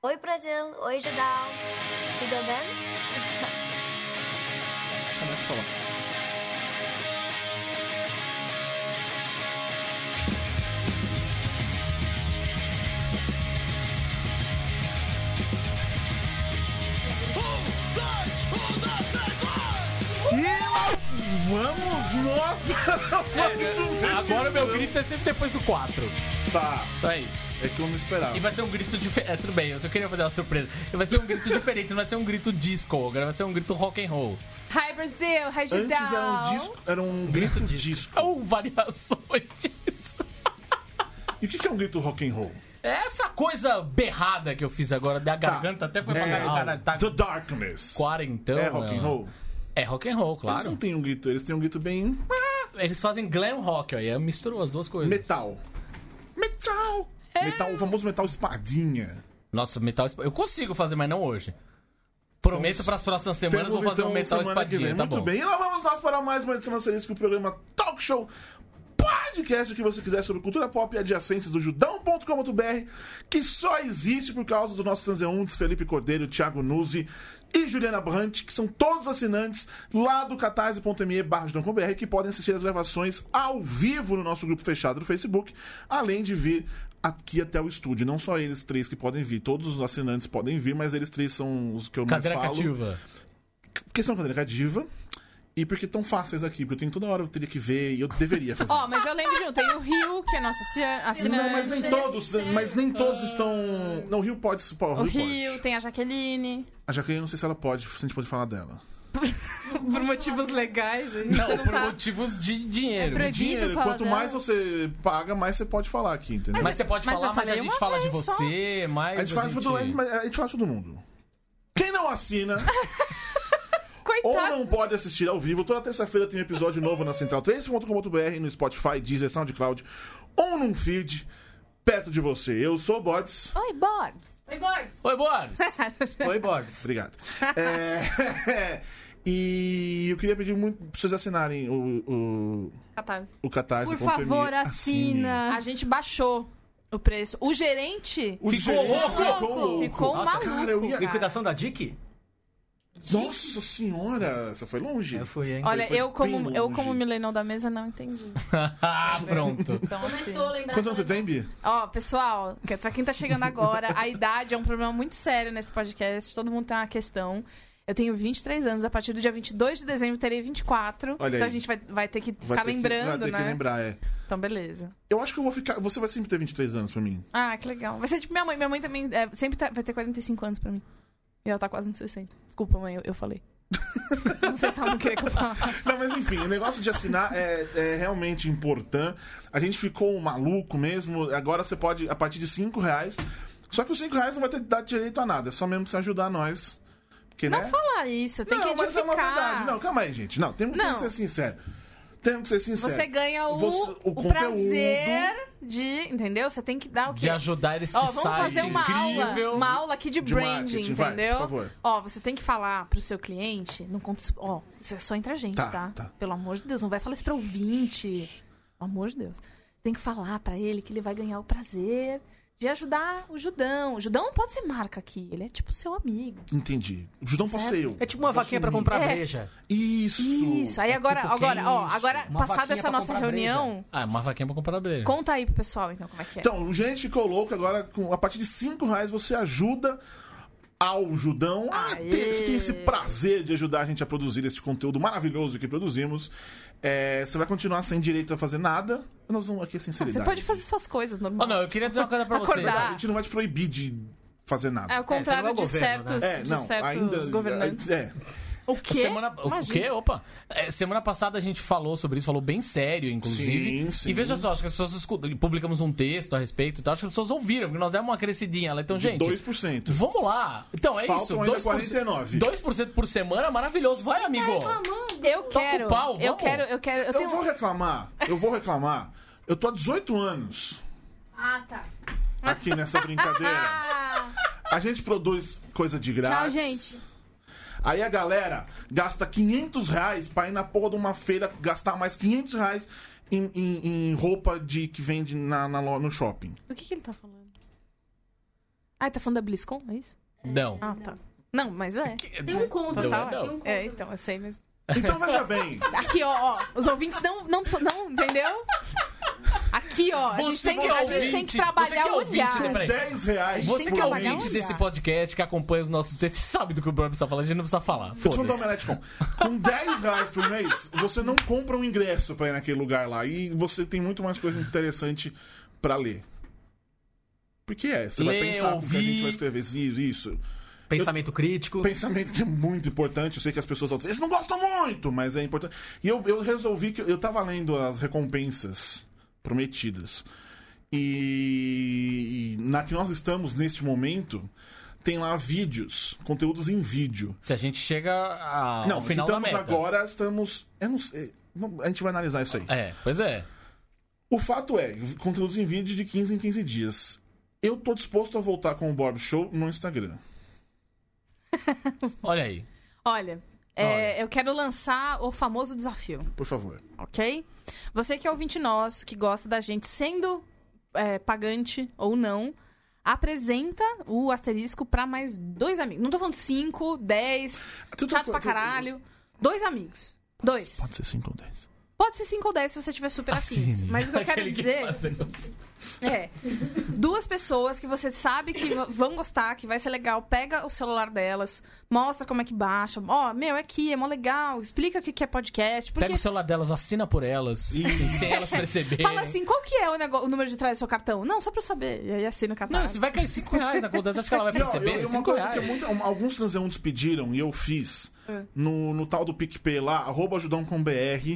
Oi, Brasil. Oi, Judal. Tudo bem? Começa a falar. E lá vamos nós para Agora o meu grito é sempre depois do 4. Tá, Então é isso. é que eu não esperava. E vai ser um grito diferente. Tudo bem, eu só queria fazer uma surpresa. E vai ser um grito diferente, não vai ser um grito disco, agora vai ser um grito rock and roll. Hi, Brasil! Hi, Judal! Antes era um grito disco. Ou variações disso. E o que é um grito rock and roll? Essa coisa berrada que eu fiz agora, minha garganta até foi pra caralho. Tá The Darkness. quarentão. É rock and roll? É rock and roll, Eles claro. não têm um grito, eles têm um grito bem... Eles fazem glam rock, ó, e aí misturou as duas coisas. Metal. Metal! Metal, o famoso metal espadinha. Nossa, metal... Eu consigo fazer, mas não hoje. Prometo para as próximas semanas vou fazer um metal semana que vem. espadinha, tá Muito bom. bem. E lá vamos nós para mais uma edição do programa Talk Show Podcast, o que você quiser sobre cultura pop e adjacências do judão.com.br, que só existe por causa dos nossos transeuntes Felipe Cordeiro, Thiago Nuzzi e Juliana Brandt, que são todos assinantes lá do catarse.me/judão.com.br, que podem assistir as gravações ao vivo no nosso grupo fechado do Facebook, além de vir aqui até o estúdio. Não só eles três que podem vir, todos os assinantes podem vir, mas eles três são os que eu mais Cadeira falo. cativa. Porque são cadeira cativa e porque estão fáceis aqui, porque eu tenho toda hora eu teria que ver e eu deveria fazer. Ó, mas eu lembro de um. Tem o Rio, que é nosso assinante. Não, mas nem todos estão. Não, o Rio pode. O Rio, tem a Jaqueline. A Jaqueline, não sei se ela pode, se a gente pode falar dela. Por motivos legais. Não, por motivos de dinheiro. É De dinheiro, falar quanto dela. mais você paga, mais você pode falar aqui, entendeu? Mas você pode Mas falar, eu mas a falei gente uma fala de vez só. você, mais. a gente fala de todo mundo. Quem não assina ou Coitado. não pode assistir ao vivo, toda terça-feira tem um episódio novo na central3.com.br, no Spotify, Deezer, SoundCloud ou num feed perto de você. Eu sou o Borbs. Oi, Borbs. Oi, Borbs. Oi, Boris. Oi, Borbs. Obrigado. E eu queria pedir muito pra vocês assinarem o Catarse. Catarse. Por favor, assina. A gente baixou o preço. O gerente O Ficou gerente louco. ficou Nossa, maluco. Cara, eu ia... Liquidação da Dick? Nossa senhora, essa foi longe. Eu fui, hein? Olha, foi eu como bem longe. millennial da mesa não entendi. Ah, pronto. Então, assim... Começou a lembrar. Quantos anos você tem, Bia? Ó, pessoal, pra quem tá chegando agora, a idade é um problema muito sério nesse podcast. Todo mundo tem uma questão. Eu tenho 23 anos, a partir do dia 22 de dezembro terei 24. Olha então aí. a gente vai ter que Vai ficar ter lembrando, vai ter né? que lembrar, é. Então, beleza. Eu acho que eu vou ficar... Você vai sempre ter 23 anos pra mim. Ah, que legal. Vai ser tipo minha mãe. Minha mãe também sempre vai ter 45 anos pra mim. E ela tá quase nos 60. Desculpa, mãe, eu falei. Não sei se ela não queria que eu falasse. Não, mas enfim, o negócio de assinar é realmente importante. A gente ficou maluco mesmo. Agora você pode, a partir de R$5. Só que os R$5 não vai ter dado direito a nada. É só mesmo pra você ajudar nós. Porque, Não né? falar isso, tem que Não, mas edificar. é uma verdade. Não, calma aí, gente. Não, temos Não. que ser sincero. Temos que ser sincero. Você ganha o conteúdo prazer de... Entendeu? Você tem que dar o quê? De ajudar esse Ó, vamos site fazer uma incrível. aula, aqui de de branding, marketing, vai, entendeu? por favor. Ó, você tem que falar pro seu cliente, não conta, ó, isso é só entre a gente, Tá. Pelo amor de Deus, não vai falar isso pra ouvinte. Pelo amor de Deus. Tem que falar pra ele que ele vai ganhar o prazer de ajudar o Judão. O Judão não pode ser marca aqui, ele é tipo seu amigo. Entendi. O Judão pode ser eu. É tipo uma Vou vaquinha pra assumir. comprar É. breja. Isso. Aí agora, tipo, agora, que ó, isso? agora Uma passada vaquinha essa pra nossa comprar reunião, Ah, uma vaquinha pra comprar breja. conta aí pro pessoal então como é que é. Então, o gente ficou louco agora. A partir de R$5 você ajuda ao Judão a Aê. ter esse prazer de ajudar a gente a produzir esse conteúdo maravilhoso que produzimos. Você vai continuar sem direito a fazer nada. Nós vamos aqui a sinceridade. Você pode fazer suas coisas normal. Oh, não, eu queria dizer uma coisa pra vocês. Acordar. A gente não vai te proibir de fazer nada. É o contrário você não é o de governo, certos, né? de certos governantes. O quê? O Imagina. quê? Opa. Semana passada a gente falou sobre isso, falou bem sério, inclusive. Sim, sim. E veja só, acho que as pessoas publicamos um texto a respeito e tal, acho que as pessoas ouviram, porque nós demos uma crescidinha lá. Então, De gente, 2%. vamos lá. Então, é Faltam isso. ainda 2%, 49. 2% por semana, maravilhoso. Vai, amigo. Eu quero. o pau, eu vamos. quero. Eu Eu tenho. vou reclamar. Eu tô há 18 anos Ah, tá. aqui nessa brincadeira. A gente produz coisa de grátis. Tchau, gente. Aí a galera gasta R$500 pra ir na porra de uma feira, gastar mais R$500 em roupa que vende no shopping. Do que ele tá falando? Ah, tá falando da BlizzCon, é isso? Não. Ah, tá. Não, mas é. Tem um conto, Não, tá? não. Tem um conto. É, então, eu sei, mas... Então veja bem. Aqui, ó, os ouvintes não, entendeu? Aqui, ó, a gente tem que trabalhar o olhar. né, peraí. R$10 Você tem que é que ouvinte trabalhar um desse olhar. podcast, que acompanha os nossos textos, sabe do que o Borbs está falando, a gente não precisa falar. Eu tô falando do Foda-se. Omelete com R$10 por mês, você não compra um ingresso pra ir naquele lugar lá. E você tem muito mais coisa interessante pra ler. Porque você vai Ler, pensar com o que a gente ouvir. vai escrever isso. Pensamento crítico. Pensamento que é muito importante. Eu sei que as pessoas às vezes não gostam muito, mas é importante. E eu resolvi que eu tava lendo as recompensas prometidas. E na que nós estamos neste momento, tem lá vídeos, conteúdos em vídeo. Se a gente chega Não, ao final da estamos meta. agora, estamos. Eu não sei. A gente vai analisar isso aí. É, pois é. O fato é, conteúdos em vídeo de 15 em 15 dias. Eu tô disposto a voltar com o Borb Show no Instagram. Olha aí. Olha, eu quero lançar o famoso desafio, Por favor. ok? Você que é ouvinte nosso, que gosta da gente sendo pagante ou não, apresenta o asterisco pra mais 2 amigos. Não tô falando 5, 10, chato pra caralho. 2 amigos. 2. Pode ser 5 ou 10. Pode ser 5 ou 10 se você tiver super afins. Assine. Mas o que eu quero Aquele dizer faz negócio. é 2 pessoas que você sabe que vão gostar, que vai ser legal. Pega o celular delas, mostra como é que baixa. Ó, é aqui, é mó legal. Explica o que é podcast. Porque Pega o celular delas, assina por elas, assim, sem elas perceberem. fala assim, qual que é o número de trás do seu cartão? Não, só pra eu saber. E aí assina o Não, cartão. se vai cair R$5 na conta, você acha que ela vai perceber? E uma R$5. coisa que alguns transeuntes pediram, e eu fiz, no tal do PicPay lá, @ajudão.com.br.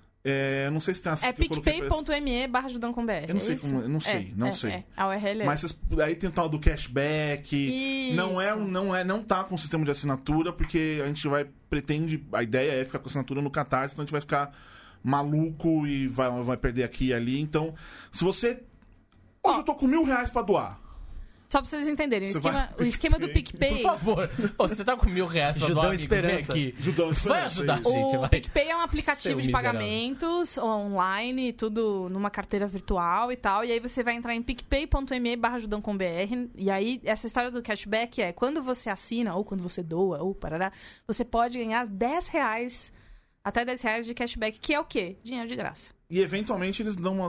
Não sei se tem É picpay.me/ajudão.com.br. Eu não sei como. Eu não sei, não sei. A URL é. Mas aí tem o tal do cashback. Isso. Não tá com sistema de assinatura, porque a gente pretende. A ideia é ficar com assinatura no Catarse, senão a gente vai ficar maluco e vai perder aqui e ali. Então, se você. Hoje eu tô com R$1.000 pra doar. Só pra vocês entenderem, Você o esquema do PicPay. Por favor. Ô, você tá com R$1.000 pra Judão doar, amigo, vem Esperança. aqui. Judão Vai Esperança, ajudar a isso. gente, O vai. PicPay é um aplicativo Seu de miserável. pagamentos online, tudo numa carteira virtual e tal. E aí você vai entrar em picpay.me/ajudão.com.br. E aí, essa história do cashback é quando você assina, ou quando você doa, ou parará, você pode ganhar R$10, até R$10 de cashback, que é o quê? Dinheiro de graça. E eventualmente eles dão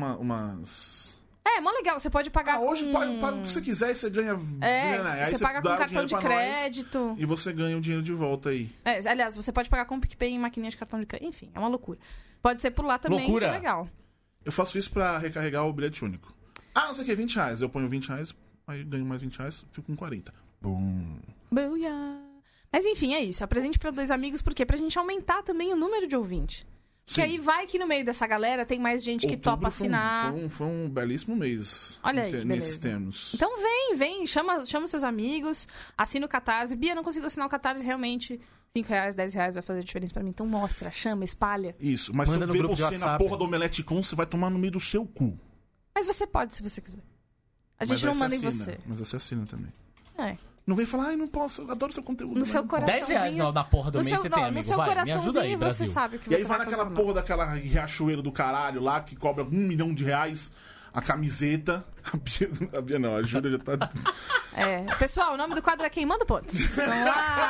umas. É, mó legal, você pode pagar Hoje com... paga o que você quiser e você ganha. Aí você paga dá com o cartão dinheiro de pra nós crédito. E você ganha o dinheiro de volta aí. Aliás, você pode pagar com o PicPay em maquininha de cartão de crédito. Enfim, é uma loucura. Pode ser por lá também, Loucura. que é legal. Eu faço isso pra recarregar o bilhete único. Não sei o que, R$20. Eu ponho R$20, aí ganho mais R$20, fico com 40. Bum. Booyah. Mas enfim, é isso. Apresente pra 2 amigos, por quê? Pra gente aumentar também o número de ouvintes. Porque aí vai que no meio dessa galera tem mais gente que topa assinar. Foi um belíssimo mês. Olha aí, que nesses beleza. termos. Então vem, chama seus amigos, assina o Catarse. Bia, não consigo assinar o Catarse, realmente. R$5, R$10 vai fazer diferença pra mim. Então mostra, chama, espalha. Isso, mas se Manda eu no ver grupo de você na WhatsApp. porra do Omelete Com, você vai tomar no meio do seu cu. Mas você pode, se você quiser. A Mas gente aí não manda em assina. você. Mas você assina também. É. Não vem falar, não posso, eu adoro seu conteúdo. No mas seu não coração. posso. R$10 na porra do No mês seu, você não, tem, no amigo. seu Vai, me coraçãozinho ajuda aí, você Brasil. sabe o que E aí você vai vai naquela fazer ou não. porra daquela riachueiro do caralho lá, que cobra R$1 milhão, a camiseta. A Bia não, a Júlia já tá... Pessoal, o nome do quadro é Quem Manda Pontos. Vamos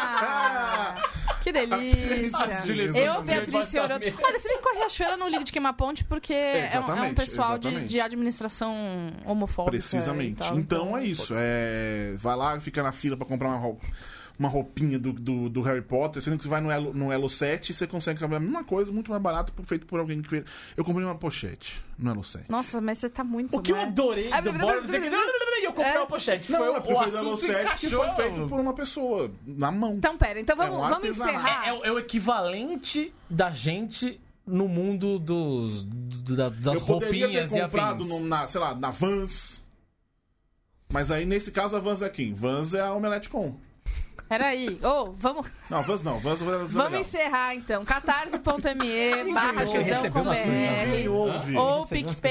lá! Que delícia! A Júlia Eu, Souza Beatriz veio Fiorotto. bater. Olha, se bem que com a Riachuelo eu não ligo de queimar ponte, porque é um Exatamente, pessoal exatamente. de administração homofóbica. Precisamente. e tal, Então é isso. Vai lá, fica na fila pra comprar uma roupinha do Harry Potter, sendo que você vai no Elo 7 e você consegue comprar a mesma coisa, muito mais barato, feito por alguém que fez. Eu comprei uma pochete no Elo 7. Nossa, mas você tá muito. O que eu né? adorei do Borbs é que... E eu comprei uma pochete. Não, Foi é porque o foi do Elo assunto 7 que foi encaixou. feito por uma pessoa, na mão. Então, pera, então É vamos, um vamos artesanato. encerrar. É o equivalente da gente no mundo das Eu poderia ter roupinhas e comprado afins. sei lá, na Vans. Mas aí, nesse caso, a Vans é quem? Vans é a Omelete Com. Peraí. Vamos... Não, Vans não. Vans é Vamos legal. encerrar, então. catarse.me/judãocom.br Ninguém ouve. ou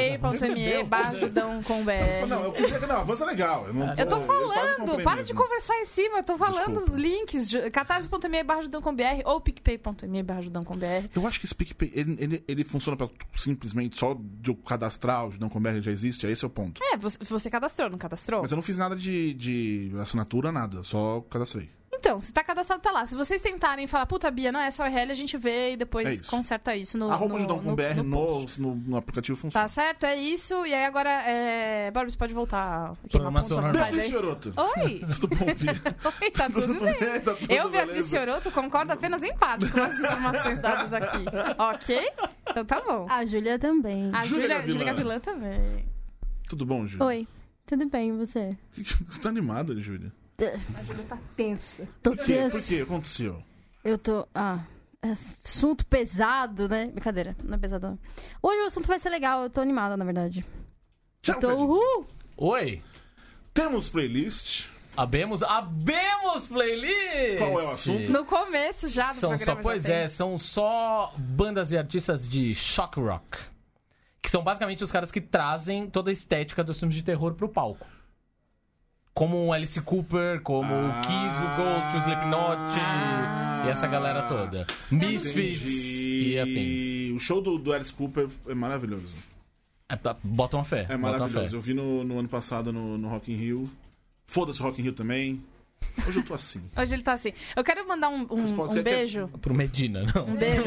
picpay.me/judãocom.br. Não, eu queria... Não, Vans é legal. Eu tô quase falando, comprei para mesmo. de conversar em cima, eu tô falando Desculpa. os links. catarse.me/judãocom.br ou picpay.me/judãocom.br. Eu acho que esse PicPay, ele funciona pra simplesmente só de eu cadastrar, o Judão com BR já existe, esse é o ponto. Você cadastrou, não cadastrou? Mas eu não fiz nada de assinatura, nada, só cadastrei. Então, se tá cadastrado, tá lá. Se vocês tentarem falar, puta, Bia, não é essa URL, a gente vê e É depois isso. conserta isso no Judão com BR post. no aplicativo funciona. Tá certo? É isso. E aí agora, Bárbara, você pode voltar aqui Programação uma normal. Beatriz Fiorotto. Oi! Tudo bom, Bia? Oi, tá tudo bem. Tá tudo Eu, Beatriz beleza? Fiorotto, concordo apenas em parte com as informações dadas aqui. Ok? Então tá bom. A Júlia também. A Júlia Júlia Gavilã. Gavilã também. Tudo bom, Júlia? Oi. Tudo bem, e você? Você tá animada, Júlia? A Júlia tá tensa. Tô Por tensa. que aconteceu? Eu tô... assunto pesado, né? Brincadeira, não é pesado. Hoje o assunto vai ser legal, eu tô animada, na verdade. Tchau, Tô... Cadinho. Uhul! Oi. Temos playlist. Abemos playlist! Qual é o assunto? No começo já do programa. São só bandas e artistas de shock rock. Que são basicamente os caras que trazem toda a estética dos filmes de terror pro palco. Como o Alice Cooper, como o Kiss, o Ghost, o Slipknot e essa galera toda. Misfits e afins. O show do Alice Cooper é maravilhoso. Bota uma fé. É bota uma maravilhoso. fé. Eu vi no ano passado no Rock in Rio. Foda-se o Rock in Rio também. Hoje eu tô assim. Hoje ele tá assim. Eu quero mandar um beijo. Pro Medina, não. Um beijo.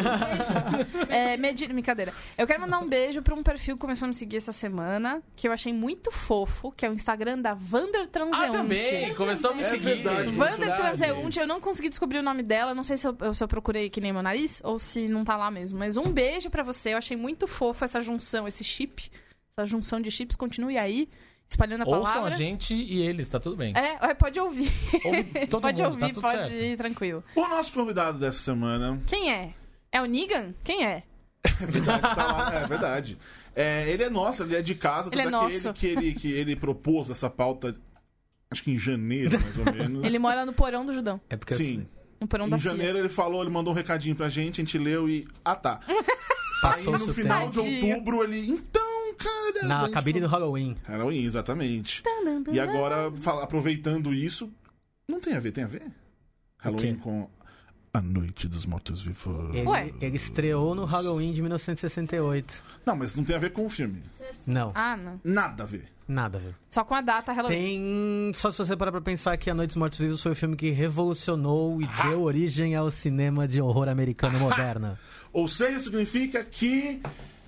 Medina, brincadeira. Eu quero mandar um beijo pra um perfil que começou a me seguir essa semana, que eu achei muito fofo, que é o Instagram da Vander Transeunte. Também. Começou a me É seguir. verdade, Vander Verdade. Transeunte, eu não consegui descobrir o nome dela, não sei se eu procurei que nem meu nariz, ou se não tá lá mesmo. Mas um beijo pra você, eu achei muito fofo essa junção, esse chip, essa junção de chips, continue aí, espalhando a palavra. Ouçam a gente e eles, tá tudo bem. Pode ouvir. Todo Pode mundo, ouvir, tá tudo pode certo. ir, tranquilo. O nosso convidado dessa semana... Quem é? É o Negan? Quem é? É verdade, tá lá, é verdade. Ele é nosso, ele é de casa. Ele é tanto nosso. que ele propôs essa pauta, acho que em janeiro, mais ou menos. Ele mora no porão do Judão. É porque Sim. No porão da Em CIA. janeiro ele mandou um recadinho pra gente, a gente leu e... tá. Aí passou no final de Tadinho. outubro ele... Então, cara... na cabine do Halloween. Halloween, exatamente. E agora, aproveitando isso... Não tem a ver, tem a ver? Halloween quê? com A Noite dos Mortos-Vivos. Ué? Ele estreou no Halloween de 1968. Não, mas não tem a ver com o filme. Não, Ah, não. Nada a ver. nada, velho. Só com a data Halloween. Tem. Só se você parar pra pensar que A Noite dos Mortos Vivos foi o filme que revolucionou e deu origem ao cinema de horror americano moderno. Ou seja, significa que...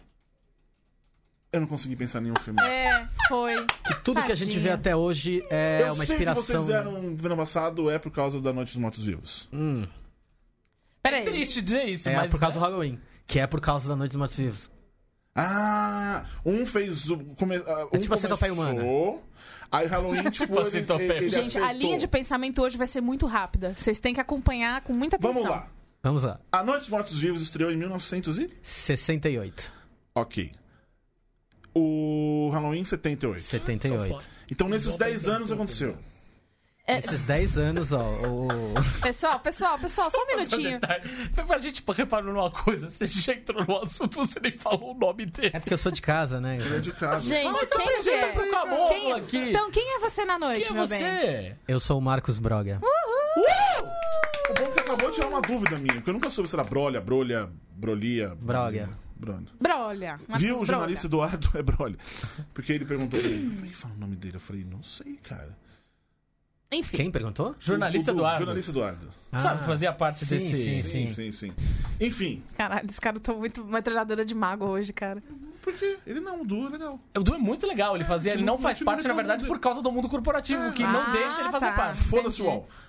Eu não consegui pensar em nenhum filme. Foi. Que tudo que a gente vê Tadinho. até hoje é Eu uma sei que vocês inspiração. fizeram no ano passado é por causa da Noite dos Mortos-Vivos. Peraí. Triste dizer isso, É mas... por causa do Halloween, que é por causa da Noite dos Mortos Vivos. Um fez o... É tipo a centopeia começou, aí Halloween, tipo, a ele centopeia. Gente, a acertou. linha de pensamento hoje vai ser muito rápida. Vocês têm que acompanhar com muita atenção. Vamos lá. Vamos lá. A Noite dos Mortos-Vivos estreou em 1900 e... 68. Ok. O Halloween, 78. 78. Então, nesses 10 anos aconteceu. Esses 10 anos, ó. Pessoal, só um minutinho. A gente reparou numa coisa, você já entrou no assunto, você nem falou o nome dele. É porque eu sou de casa, né? Ele é de casa. Gente, quem que é? Acabou Quem- aqui. Então, quem é você na noite, Quem é meu você? bem? Eu sou o Marcos Broga. O bom é que acabou de tirar uma dúvida minha, porque eu nunca soube se era brolha, brolia... Broga. Brolha. Brolha. Marcos Viu o Broga. jornalista Eduardo? É brolha. Porque ele perguntou, como é que fala o nome dele? Eu falei, não sei, cara. Enfim. Quem perguntou? Jornalista Eduardo. Jornalista Eduardo. Sabe, fazia parte sim, desse... sim. Sim. Enfim, Caralho, esse cara tá muito uma treinadora de mago hoje, cara. porque ele não, o Du é legal. O Du é muito legal, ele não faz não parte, na reclama verdade, dele. por causa do mundo corporativo, que não deixa ele fazer tá. parte. Foda-se o Entendi. UOL.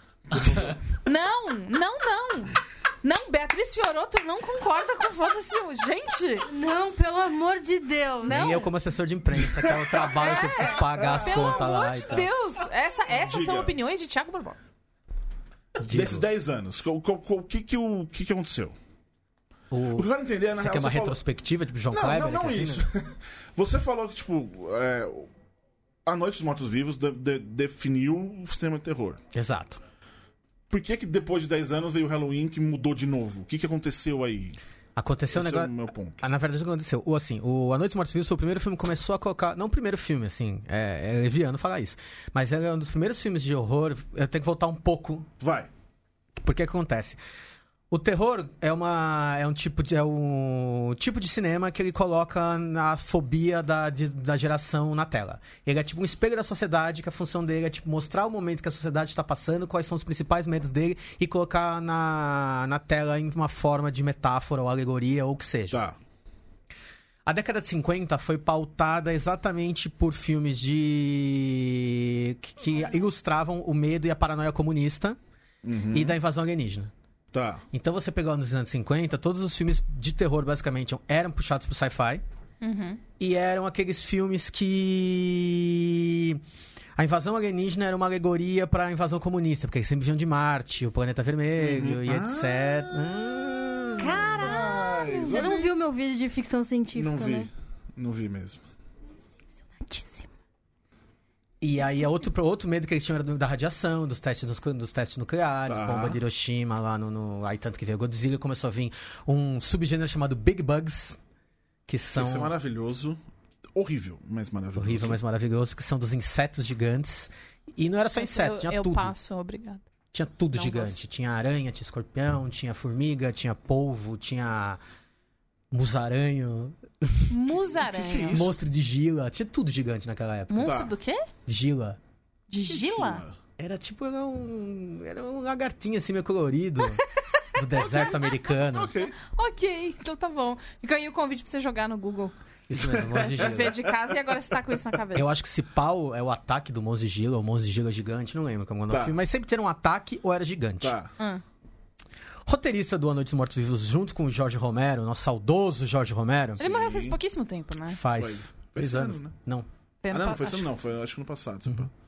Não, Beatriz Fiorotto não concorda com foda-se. Gente, Não, pelo amor de Deus. não. Nem eu como assessor de imprensa, que é o trabalho que eu preciso pagar as Pelo contas amor lá de e tal. Deus. Essas Diga. são opiniões de Thiago Bourbon. Digo, Desses 10 anos, o que aconteceu? O que eu quero entender, na Você real, quer uma falou- retrospectiva, tipo João Não, Kleber? não que assim, isso. né? Você falou que, tipo, A Noite dos Mortos-Vivos definiu o sistema de terror. Exato. por que depois de 10 anos veio o Halloween que mudou de novo? O que aconteceu aí? Aconteceu um Esse negócio... é o meu ponto. Na verdade, o que aconteceu? A Noite dos Mortos-Vivos foi o primeiro filme que começou a colocar... Não o primeiro filme, assim, é leviano falar isso. Mas é um dos primeiros filmes de horror... Eu tenho que voltar um pouco. Vai. Porque que acontece? O terror é um tipo de cinema que ele coloca a fobia da geração na tela. Ele é tipo um espelho da sociedade, que a função dele é tipo mostrar o momento que a sociedade está passando, quais são os principais medos dele e colocar na tela em uma forma de metáfora ou alegoria ou o que seja. Tá. A década de 50 foi pautada exatamente por filmes que ilustravam o medo e a paranoia comunista e da invasão alienígena. Tá. Então você pegou nos anos 50, todos os filmes de terror basicamente eram puxados pro sci-fi. E eram aqueles filmes que... A invasão alienígena era uma alegoria pra invasão comunista, porque eles sempre vinham de Marte, o planeta vermelho e etc. Caralho! Você não viu meu vídeo de ficção científica, Não vi. né? Não vi mesmo. Decepcionantíssimo. E aí outro medo que eles tinham era da radiação, dos testes nucleares, Tá. bomba de Hiroshima lá aí tanto que veio Godzilla, começou a vir um subgênero chamado Big Bugs, que são... Isso é maravilhoso. Horrível, mas maravilhoso. Horrível, mas maravilhoso, que são dos insetos gigantes. E não era só inseto, tinha eu tudo. passo, obrigada. Tinha tudo Não gigante. gosto. Tinha aranha, tinha escorpião, tinha formiga, tinha polvo, tinha musaranho, Musaranha. Que é isso? monstro de gila. Tinha tudo gigante naquela época. Monstro Tá. do quê? Gila. De gila? Era tipo, era um lagartinho assim meio colorido do deserto americano. Ok. Ok, então tá bom. Fica aí o convite pra você jogar no Google. Isso mesmo, monstro de Pra ver gila. de casa e agora você tá com isso na cabeça. Eu acho que esse pau é o ataque do monstro de gila, o monstro de gila gigante, não lembro como é o Tá. filme, mas sempre tinha um ataque ou era gigante. Tá. Roteirista do A Noite dos Mortos-Vivos, junto com o Jorge Romero, nosso saudoso Jorge Romero, Ele morreu faz pouquíssimo tempo, né? faz Foi 3 esse anos. ano, né? Não. Foi ano Não, não foi acho- isso não. Foi acho que no passado.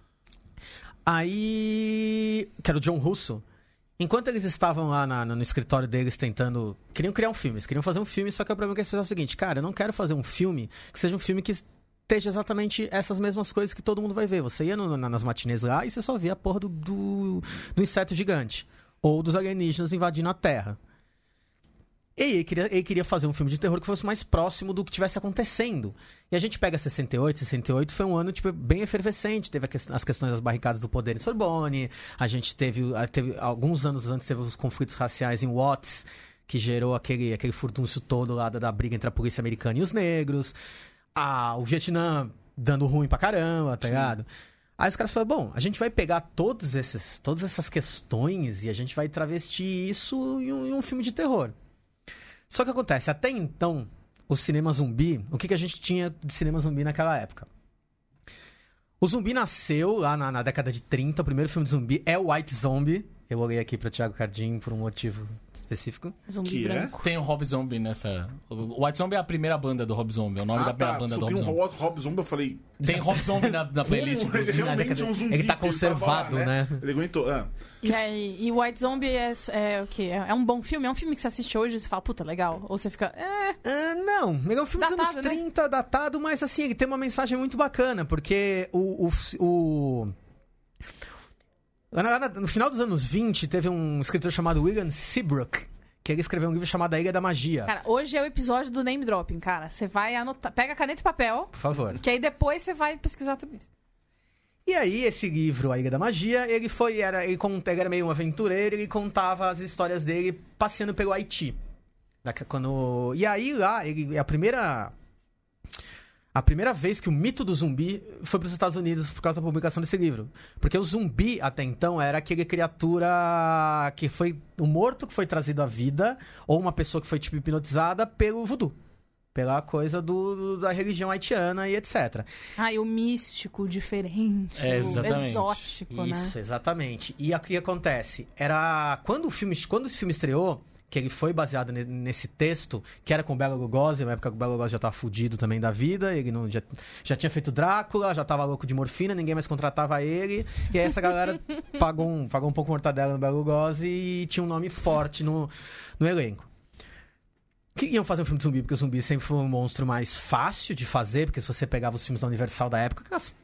Aí, que era o John Russo, enquanto eles estavam lá no escritório deles tentando... Queriam criar um filme, eles queriam fazer um filme, só que o problema é que eles fizeram o seguinte: cara, eu não quero fazer um filme que seja um filme que esteja exatamente essas mesmas coisas que todo mundo vai ver. Você ia nas matinês lá e você só via a porra do inseto gigante. Ou dos alienígenas invadindo a Terra. E ele queria fazer um filme de terror que fosse mais próximo do que estivesse acontecendo. E a gente pega 68 foi um ano tipo, bem efervescente. Teve as questões das barricadas do poder em Sorbonne. A gente teve alguns anos antes, teve os conflitos raciais em Watts, que gerou aquele furdúncio todo lá da briga entre a polícia americana e os negros. O Vietnã dando ruim pra caramba, tá ligado? Aí os caras falaram, bom, a gente vai pegar todas essas questões e a gente vai travestir isso em um filme de terror. Só que acontece, até então, o cinema zumbi, o que a gente tinha de cinema zumbi naquela época? O zumbi nasceu lá na década de 30, o primeiro filme de zumbi é o White Zombie. Eu olhei aqui pra Thiago Cardim por um motivo específico. Zumbi Que é? branco. Tem o Rob Zombie nessa... O White Zombie é a primeira banda do Rob Zombie, é o nome da primeira banda do Tem Rob um Zombie. Rob Zombie, eu falei... Tem Rob Zombie na playlist, Como? Ele inclusive. realmente é um zumbi. Ele tá que tava conservado, lá, né? Ele aguentou. E aí, e o White Zombie é o quê? É um bom filme? É um filme que você assiste hoje e você fala, puta, legal? Ou você fica, Não, ele é um filme dos Datado, anos né? 30, datado, mas assim, ele tem uma mensagem muito bacana, porque no final dos anos 20, teve um escritor chamado William Seabrook, que ele escreveu um livro chamado A Ilha da Magia. Cara, hoje é o episódio do name dropping, cara. Você vai anotar, pega caneta e papel, Por favor. que aí depois você vai pesquisar tudo isso. E aí, esse livro, A Ilha da Magia, ele era meio um aventureiro, ele contava as histórias dele passeando pelo Haiti. E aí, lá, a primeira vez que o mito do zumbi foi para os Estados Unidos por causa da publicação desse livro. Porque o zumbi, até então, era aquele criatura que foi um morto que foi trazido à vida, ou uma pessoa que foi, tipo, hipnotizada pelo voodoo. Pela coisa da religião haitiana e etc. Ah, e o místico, diferente, o Exatamente. exótico, né? Isso, exatamente. E o que acontece? Quando esse filme estreou, que ele foi baseado nesse texto, que era com o Bela Lugosi, na época que o Bela Lugosi já tava fudido também da vida, ele já tinha feito Drácula, já tava louco de morfina, ninguém mais contratava ele, e aí essa galera pagou um pouco mortadela no Bela Lugosi e tinha um nome forte no elenco. Que iam fazer um filme de zumbi, porque o zumbi sempre foi um monstro mais fácil de fazer, porque se você pegava os filmes da Universal da época, aquelas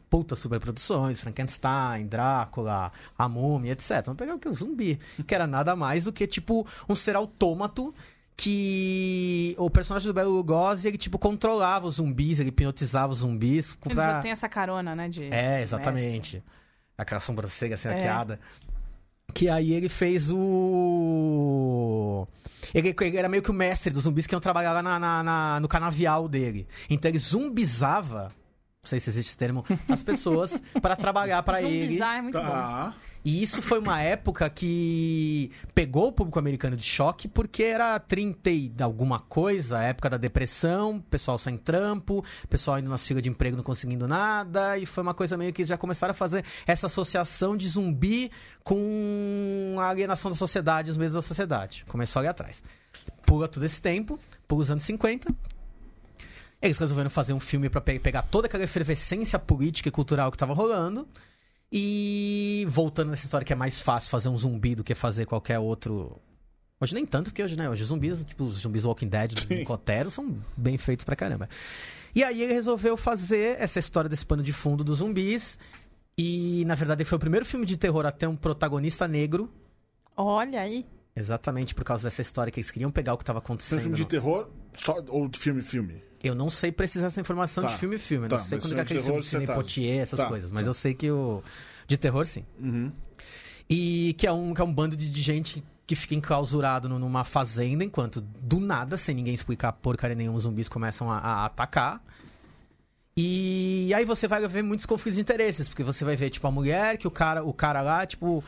putas superproduções, Frankenstein, Drácula, a Múmia, etc. Vamos pegar o que? O zumbi, que era nada mais do que, tipo, um ser autômato que o personagem do Bela Lugosi, ele, tipo, controlava os zumbis, ele hipnotizava os zumbis. Ele já tem essa carona, né? Exatamente. Aquela sobrancelha assim, arqueada. Que aí ele fez o... Ele era meio que o mestre dos zumbis que iam trabalhar lá no canavial dele. Então ele zumbizava, não sei se existe esse termo, as pessoas para trabalhar para ele. Zumbizar é muito bom. E isso foi uma época que pegou o público americano de choque, porque era 30 e alguma coisa, a época da depressão, pessoal sem trampo, pessoal indo na fila de emprego não conseguindo nada, e foi uma coisa meio que já começaram a fazer essa associação de zumbi com a alienação da sociedade, os meios da sociedade. Começou ali atrás. Pula todo esse tempo, pula os anos 50... Eles resolveram fazer um filme pra pegar toda aquela efervescência política e cultural que tava rolando. E voltando nessa história que é mais fácil fazer um zumbi do que fazer qualquer outro... Hoje nem tanto, porque hoje, né? Hoje os zumbis, tipo os zumbis Walking Dead do Nicotero, são bem feitos pra caramba. E aí ele resolveu fazer essa história desse pano de fundo dos zumbis. E, na verdade, foi o primeiro filme de terror a ter um protagonista negro. Olha aí. Exatamente por causa dessa história que eles queriam pegar o que estava acontecendo. Foi um filme de terror ou de filme? Eu não sei precisar essa informação de filme. Eu não sei quando é aquele filme de Cine Poitier, essas coisas. Mas eu sei que o... De terror, sim. Uhum. E que é um bando de gente que fica enclausurado numa fazenda, enquanto do nada, sem ninguém explicar porcaria nenhuma, os zumbis começam a atacar. E aí você vai ver muitos conflitos de interesses, porque você vai ver, tipo, a mulher, que o cara lá, tipo,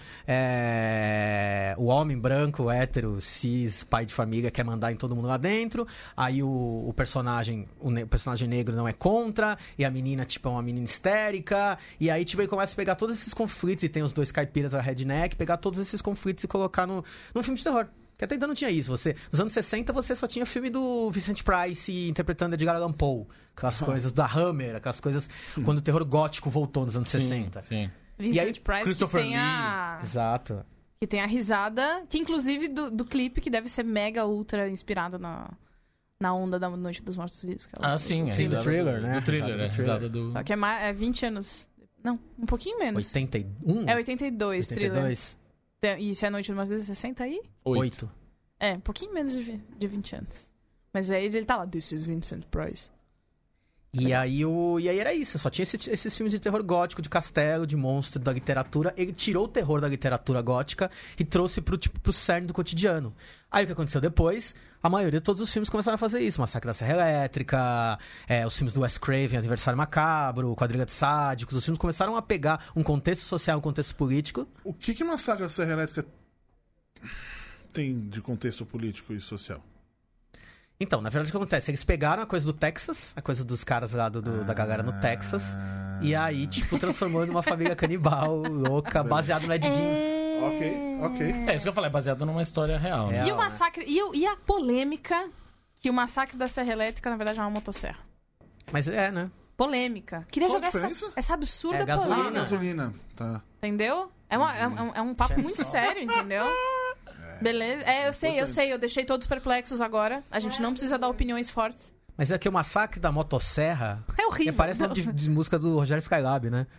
o homem branco, hétero, cis, pai de família, quer mandar em todo mundo lá dentro, aí o personagem negro não é contra, e a menina, tipo, é uma menina histérica, e aí, tipo, ele começa a pegar todos esses conflitos, e tem os dois caipiras da redneck, pegar todos esses conflitos e colocar num filme de terror. Porque até então não tinha isso. Nos anos 60 você só tinha filme do Vincent Price interpretando Edgar Allan Poe. Aquelas coisas da Hammer, aquelas coisas quando o terror gótico voltou nos anos 60. Sim. Vincent Price, Christopher que tem Lee. Exato. Que tem a risada, que inclusive do clipe, que deve ser mega ultra inspirado na onda da Noite dos Mortos-Vivos. Sim, Sim, do thriller, né? Do thriller, Risada do... Só que é 20 anos... Não, um pouquinho menos. 81? É 82, thriller. 82. E se é a Noite dos Mortos-Vivos, 60 aí? 8. É, um pouquinho menos de 20 anos. Mas aí ele tá lá, This is Vincent Price. E aí era isso, só tinha esses filmes de terror gótico, de castelo, de monstro, da literatura. Ele tirou o terror da literatura gótica e trouxe pro cerne do cotidiano. Aí o que aconteceu depois? A maioria de todos os filmes começaram a fazer isso. Massacre da Serra Elétrica, os filmes do Wes Craven, Aniversário Macabro, Quadrilha de Sádicos. Os filmes começaram a pegar um contexto social, um contexto político. O que Massacre da Serra Elétrica tem de contexto político e social? Então, na verdade, o que acontece? Eles pegaram a coisa do Texas, a coisa dos caras lá da galera no Texas, e aí, tipo, transformou numa família canibal, louca, baseado no Ed Gein. Ok. É isso que eu falei, baseado numa história real. É. Né? E o massacre... E a polêmica que o Massacre da Serra Elétrica, na verdade, é uma motosserra. Mas né? Polêmica. Queria Qual jogar a diferença? essa absurda gasolina. polêmica. Gasolina. Tá. Entendeu? É um papo muito sério, entendeu? Beleza. Eu sei. Eu deixei todos perplexos agora. A gente não precisa dar opiniões fortes. Mas é que o Massacre da Motosserra... É horrível. Parece nome de música do Rogério Skylab, né?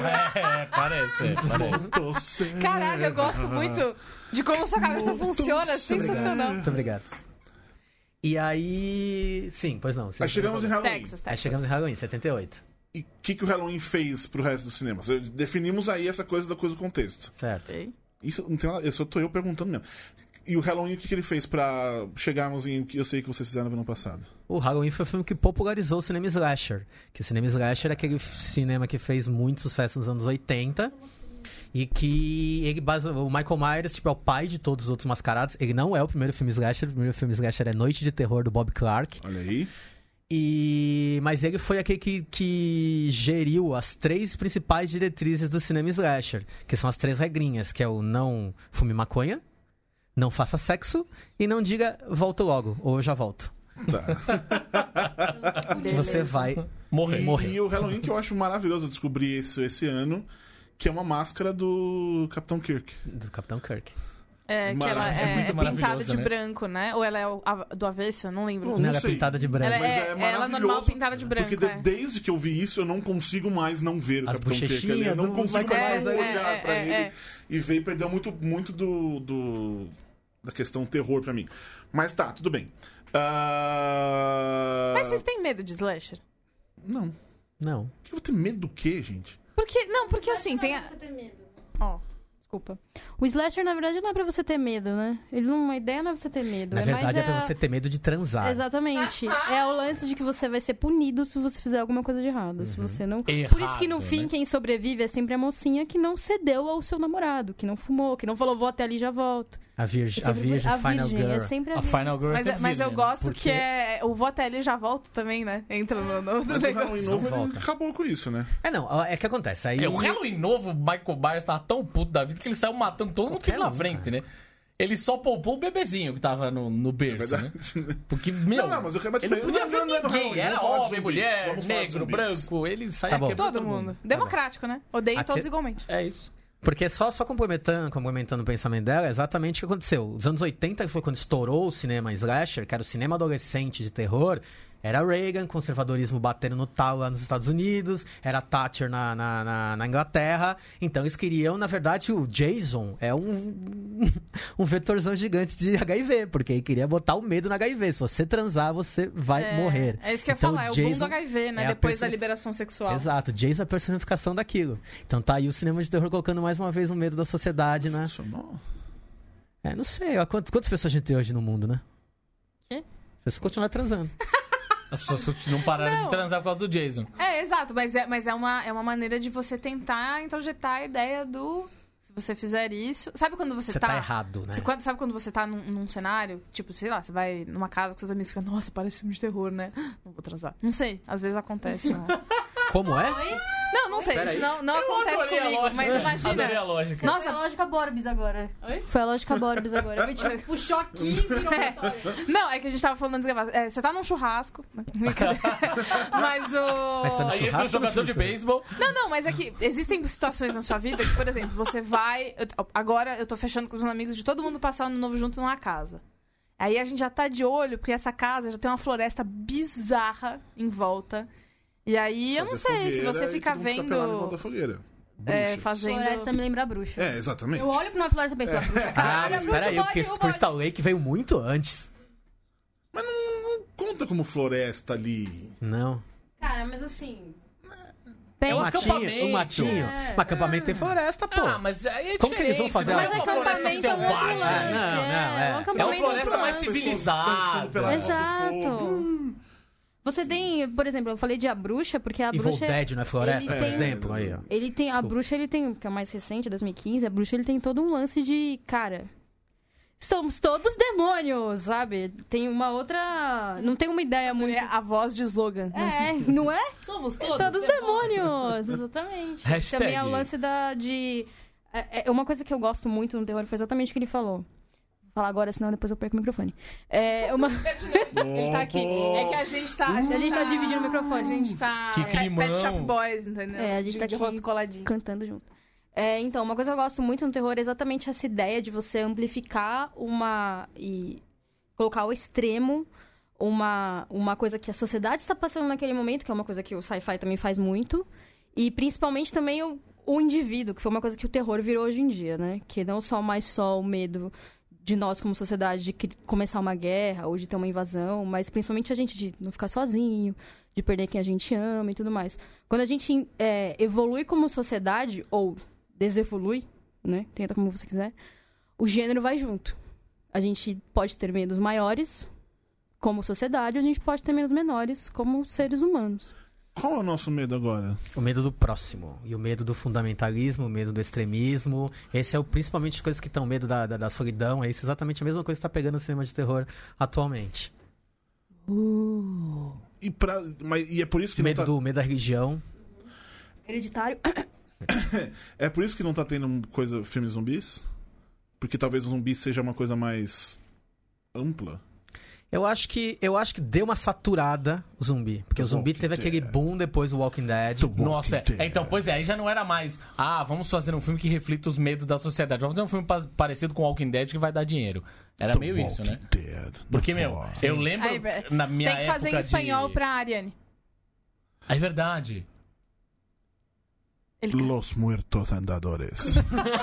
Parece. Caraca, eu gosto muito de como sua cabeça funciona. Sensacional. Muito obrigado. E aí... Sim, pois não. Aí chegamos em Halloween. Texas. Aí chegamos em Halloween, 78. E o que o Halloween fez pro resto do cinema? Definimos aí essa coisa do contexto. Certo. Ok. Isso não tem nada, só tô eu perguntando mesmo. E o Halloween, o que ele fez pra chegarmos em o que eu sei que vocês fizeram no ano passado? O Halloween foi o filme que popularizou o cinema slasher. Que o cinema slasher é aquele cinema que fez muito sucesso nos anos 80. E que o Michael Myers, tipo, é o pai de todos os outros mascarados. Ele não é o primeiro filme slasher. O primeiro filme slasher é Noite de Terror, do Bob Clark. Olha aí. Mas ele foi aquele que geriu as 3 principais diretrizes do cinema slasher. Que são as 3 regrinhas. Que é o não fume maconha, não faça sexo e não diga volto logo, ou eu já volto. Tá. Que você vai morrer. E o Halloween que eu acho maravilhoso, eu descobri isso esse ano, que é uma máscara do Capitão Kirk. Do Capitão Kirk. É, que ela É muito é pintada maravilhosa, de né? branco, né? Ou ela é do avesso? Eu não lembro. Não Não, ela é sei. pintada de branco. Ela Mas é ela maravilhoso, normal pintada de branco. Porque é. desde que eu vi isso, eu não consigo mais não ver o As Capitão Kirk ali. Eu bochechinhas não do consigo Michael mais não Myers, olhar pra ele é. e ver. Perdeu muito da questão terror pra mim. Mas tá, tudo bem. Mas vocês têm medo de slasher? Não. Não. Eu vou ter medo do quê, gente? Porque assim, tem... Você ter medo. Ó, Desculpa. O slasher, na verdade, não é pra você ter medo, né? A ideia não é você ter medo. Na verdade, mais é pra você ter medo de transar. Exatamente. É o lance de que você vai ser punido se você fizer alguma coisa de errado. Se você não. Errado, Por isso que no fim, né? quem sobrevive é sempre a mocinha que não cedeu ao seu namorado, que não fumou, que não falou, vou até ali e já volto. A Virgem, É a sempre Virgem, a Final virgem, Girl. é sempre a A virgem. Final Girl é sempre mas eu virgem, né? gosto Porque- que é... O vou até ali e já volto também, né? Entra no Mas o negócio. Halloween novo, ele volta. acabou com isso, né? Não, é que acontece. Aí O Halloween novo, o Michael Myers tava tão puto da vida que ele saiu matando todo mundo que Qualquer teve na um, frente, cara. né? Ele só poupou o bebezinho que tava no berço, né? Porque, meu, Não, mas eu quero- ele não podia ver não é no ninguém. Halloween, Era vamos falar de homem, zumbis, mulher, vamos falar de negro, zumbis. branco. Ele saía Tá bom. quebrando Todo mundo. Tá Democrático, né? Odeio Aqui- todos igualmente. É isso. Porque só complementando o pensamento dela, é exatamente o que aconteceu. Os anos 80 foi quando estourou o cinema slasher, que era o cinema adolescente de terror. Era Reagan, conservadorismo batendo no tal lá nos Estados Unidos, era Thatcher na Inglaterra. Então eles queriam, na verdade, o Jason é um vetorzão gigante de HIV, porque ele queria botar o medo no HIV. Se você transar, você vai morrer. É isso que eu ia Então, falar, é o boom do HIV, né? é a Depois da personi- liberação sexual. Exato, Jason é a personificação daquilo. Então tá aí o cinema de terror colocando mais uma vez o medo da sociedade, né? Funcionou? Não sei, quantas pessoas a gente tem hoje no mundo, né? Quê? As pessoas continuam transando. As pessoas não pararam de transar por causa do Jason. É, exato, mas é uma maneira de você tentar introjetar a ideia do... Se você fizer isso... Sabe quando você Você tá errado, né? Sabe quando você tá num cenário, tipo, sei lá, você vai numa casa com seus amigos e fica, nossa, parece filme de terror, né? Não vou transar. Não sei, às vezes acontece, né? Como é? Não sei, Pera isso aí. não acontece adorei a comigo, lógica. mas imagina... Adorei a lógica. Foi a Nossa, lógica Borbs agora. Oi? Foi a lógica Borbs agora. Puxou aqui e virou uma história. não, é que a gente tava falando antes de gravar. Você tá num churrasco. Brincadeira. Mas o... Mas tá no Aí entra um churrasco jogador no de filtro? beisebol. Não, mas é que existem situações na sua vida que, por exemplo, você vai... Agora eu tô fechando com os amigos de todo mundo passar o ano novo junto numa casa. Aí a gente já tá de olho, porque essa casa já tem uma floresta bizarra em volta. E aí, eu não Fazer sei, se fogueira você e fica todo mundo pelado em volta vendo... da fogueira. É, Bruxa. fazendo... Floresta me lembra a bruxa. É, exatamente. Eu olho pra uma floresta e penso, a bruxa. Ah, Caralho, mas a bruxa peraí, porque pode, Crystal Lake veio muito antes. Mas não conta como floresta ali. Não. Cara, mas assim... É um Pensa- acampamento. Um matinho. É. Mas acampamento tem floresta, pô. Ah, mas aí é Como que eles vão diferente, fazer não a- é Mas uma floresta acampamento é um outro selvagem. lance. Não, É uma É uma acampamento floresta mais outro lance. Dançando pela civilizada. roda do fogo. Exato. Você tem, por exemplo, eu falei de A Bruxa, porque a Evil bruxa... Dead não é floresta, ele por tem- exemplo? Aí, ó. Ele tem, a Desculpa. bruxa, ele tem, que é mais recente, 2015, a bruxa, ele tem todo um lance de, cara, somos todos demônios, sabe? Tem uma outra, não tem uma ideia muito... É a voz de slogan. É, não é? Somos Todos demônios, exatamente. Hashtag. Também é o lance de... É uma coisa que eu gosto muito no terror, foi exatamente o que ele falou. Vou falar agora, senão depois eu perco o microfone. É uma... Ele tá aqui. É que a gente tá... A gente tá dividindo o microfone. A gente tá... Que climão. Pet Shop Boys, entendeu? É, a gente tá de aqui rosto coladinho. cantando junto. Então, uma coisa que eu gosto muito no terror é exatamente essa ideia de você amplificar e colocar ao extremo uma coisa que a sociedade está passando naquele momento, que é uma coisa que o sci-fi também faz muito, e principalmente também o indivíduo, que foi uma coisa que o terror virou hoje em dia, né? Que não só o medo de nós como sociedade de começar uma guerra ou de ter uma invasão, mas principalmente a gente de não ficar sozinho, de perder quem a gente ama e tudo mais. Quando a gente evolui como sociedade, ou desevolui, né? Tenta como você quiser, o gênero vai junto. A gente pode ter medos maiores como sociedade, ou a gente pode ter medos menores como seres humanos. Qual é o nosso medo agora? O medo do próximo. E o medo do fundamentalismo, o medo do extremismo. Esse é principalmente as coisas que estão medo da solidão. É isso exatamente a mesma coisa que está pegando o cinema de terror atualmente. E é por isso que Medo não tá... medo da religião. Hereditário. É por isso que não tá tendo filme zumbis? Porque talvez o zumbi seja uma coisa mais ampla? Eu acho que deu uma saturada o zumbi. Porque o zumbi teve aquele boom depois do Walking Dead. Nossa, então, pois é, aí já não era mais, vamos fazer um filme que reflita os medos da sociedade. Vamos fazer um filme parecido com Walking Dead que vai dar dinheiro. Era meio isso, né? Porque, eu lembro na minha época tem que fazer em espanhol pra Ariane. É verdade. Los muertos andadores.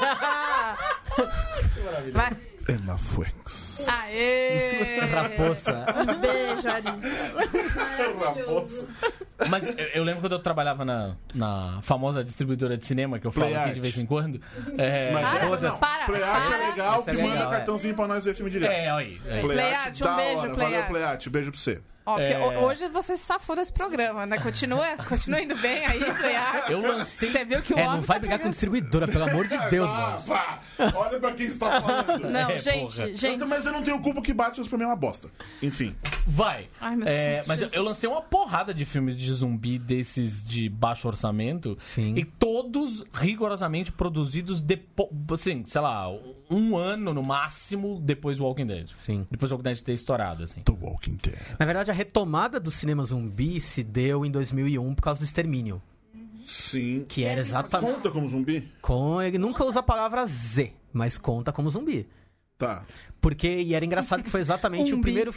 Vai. Emma Fuenks. Aê! Raposa. Um beijo, Ari. Maravilhoso. Mas eu lembro quando eu trabalhava na famosa distribuidora de cinema, que eu falo aqui de vez em quando. Mas Para, para, Playart para. é legal, Essa é que manda legal, cartãozinho pra nós ver filme direto. Aí. Playart, um da beijo, hora. Playart. Valeu, Playart. Beijo pra você. Ó, porque hoje você se safou desse programa, né? Continua indo bem aí, Playart. Eu lancei... Você viu que o homem não vai tá brigar com pegando... distribuidora, pelo amor de Deus, mano. Olha pra quem está falando. Não, É, gente. Mas eu não tenho culpa que Batman pra mim é uma bosta. Enfim. Vai. Ai, meu Deus, mas Jesus. eu lancei uma porrada de filmes de zumbi desses de baixo orçamento. Sim. E todos rigorosamente produzidos depois, assim, sei lá, um ano no máximo depois do Walking Dead. Sim. Depois do Walking Dead ter estourado, assim. The Walking Dead. Na verdade, a retomada do cinema zumbi se deu em 2001 por causa do Extermínio. Sim. Que era exatamente... Conta como zumbi? Ele nunca usa a palavra Z, mas conta como zumbi. Tá. E era engraçado que foi exatamente o primeiro...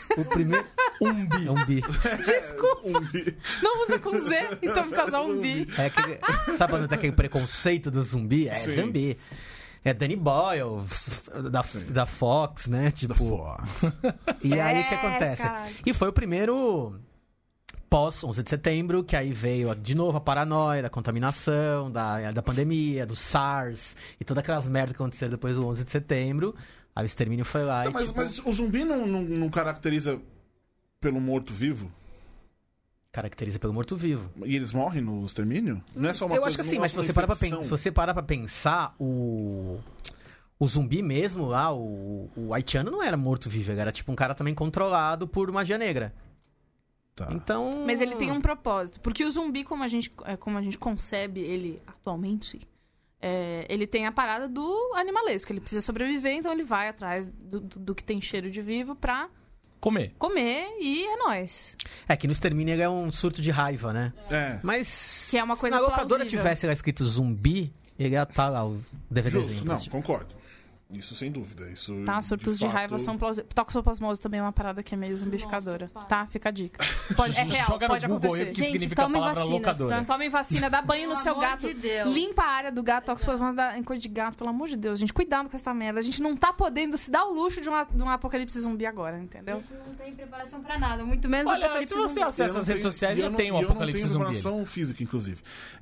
Umbi. Desculpa. Não usa com Z, então fica só um bi. Sabe quando tem aquele preconceito do zumbi? Sim. Zumbi. É Danny Boyle, da Fox, né? Tipo... Fox. E aí o que acontece? Caralho. E foi o primeiro pós 11 de setembro, que aí veio de novo a paranoia, da contaminação, da pandemia, do SARS e todas aquelas merdas que aconteceram depois do 11 de setembro. Aí o Extermínio foi lá Tá, e... mas o zumbi não caracteriza pelo morto-vivo? Caracteriza pelo morto-vivo. E eles morrem no extermínio? Não é só uma Eu coisa, acho que sim, não é mas só se uma você infecção. parar pra pensar, o zumbi mesmo lá, o haitiano não era morto-vivo, ele era tipo um cara também controlado por magia negra. Tá. Então... Mas ele tem um propósito. Porque o zumbi, como a gente concebe ele atualmente, ele tem a parada do animalesco. Ele precisa sobreviver, então ele vai atrás do que tem cheiro de vivo pra comer e é nóis. É que no Extermínio ele é um surto de raiva, né? É. Mas Que é uma coisa se na locadora plausível. tivesse lá escrito zumbi, ele ia estar lá o DVDzinho. Justo, pra não, assistir. concordo. Isso sem dúvida. Isso, Tá, surtos de fato, raiva são plausíveis. Toxoplasmose também é uma parada que é meio zumbificadora. Nossa, tá? Fica a dica. É real, Joga no pode Google acontecer. aí o que Gente, significa a tomem palavra vacinas, locadora. tá? Tomem vacina, dá banho no Pelo seu amor gato. de Deus. Limpa a área do gato, toxoplasmose em coisa de gato, pelo amor de Deus. Gente, cuidado com essa merda. A gente não tá podendo se dar o luxo de um apocalipse zumbi agora, A entendeu? gente não tem preparação pra nada, muito menos Olha, apocalipse se você zumbi. acessa as redes sociais, já tem um apocalipse Eu não tenho zumbi. preparação física, inclusive.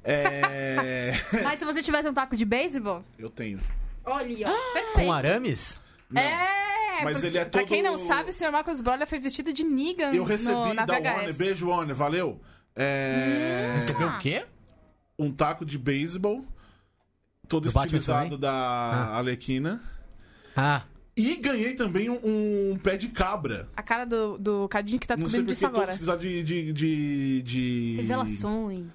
Mas se você tivesse um taco de beisebol, Eu tenho. olha, ó, perfeito. Com arames? Não. Mas porque, ele é pra todo- quem não sabe, o Sr. Marcos Broller foi vestido de Negan Eu recebi na da VHS. Warner. Beijo, Warner. Valeu. Recebeu o quê? Um taco de beisebol. Todo Do Batman estilizado também? da Ah. Arlequina. Ah, E ganhei também um pé de cabra. A cara do Cadinho que tá Não sei descobrindo porque disso todo agora. estilizado de Revelações.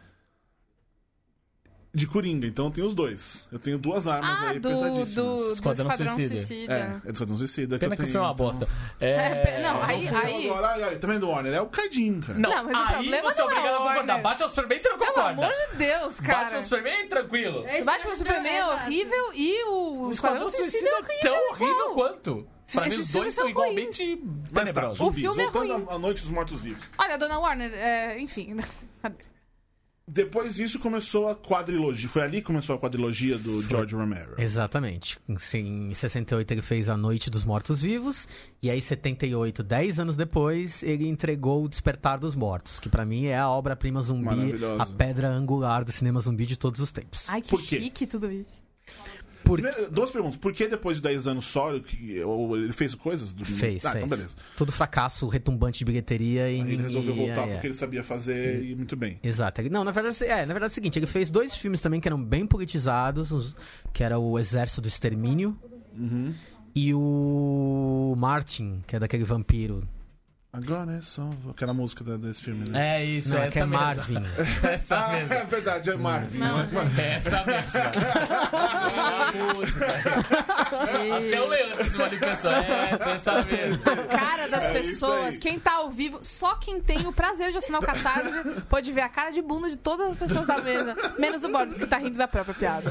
de Coringa. Então tem os dois. Eu tenho duas armas aí pesadíssimas. do Esquadrão Esquadrão Suicida. Suicida. É do Esquadrão Suicida. Pena que eu que tenho, foi uma então. bosta. Não, aí- Agora, tá vendo, Warner? É o Cadinho, cara. Não, Não, mas o aí problema você é não é obrigado a concordar. Warner. Batman Superman, você não Pelo concorda. amor de Deus, cara. Batman Superman, tranquilo. Esse O Batman é Superman é exato. horrível e o Esquadrão Suicida é horrível. tão horrível igual. quanto. Pra mim, Esses os filmes dois são são igualmente Mas tá, tenebrosos. zumbis. filme é Voltando ruim. à Noite dos Mortos-Vivos. Olha, Dona Warner, enfim. Depois disso começou a quadrilogia. Foi ali que começou a quadrilogia do George Romero. exatamente. Em 68 ele fez A Noite dos Mortos-Vivos. E aí, em 78, 10 anos depois, ele entregou O Despertar dos Mortos. Que pra mim é a obra-prima zumbi, Maravilhosa. a pedra angular do cinema zumbi de todos os tempos. Ai, que Por quê? chique tudo isso. Primeiro, duas perguntas. Por que depois de 10 anos só ele fez coisas? Fez, Ah, fez. então beleza. Todo fracasso retumbante de bilheteria e Aí ele resolveu voltar é. porque ele sabia fazer e muito bem. Exato. Não, na verdade é o seguinte, ele fez 2 filmes também que eram bem politizados, que era o Exército do Extermínio e o Martin, que é daquele vampiro. Agora é só... Aquela música desse filme, né? É isso, Não, é é que é essa mesmo. Marvin. Essa mesmo. É verdade, é Marvin. Não, né? É essa mesmo. É a música. Até o Leandro se manifestou. Você sabe. Cara das É isso pessoas, aí. quem tá ao vivo, só quem tem o prazer de assinar o Catarse pode ver a cara de bunda de todas as pessoas da mesa, menos do Borbs, que tá rindo da própria piada.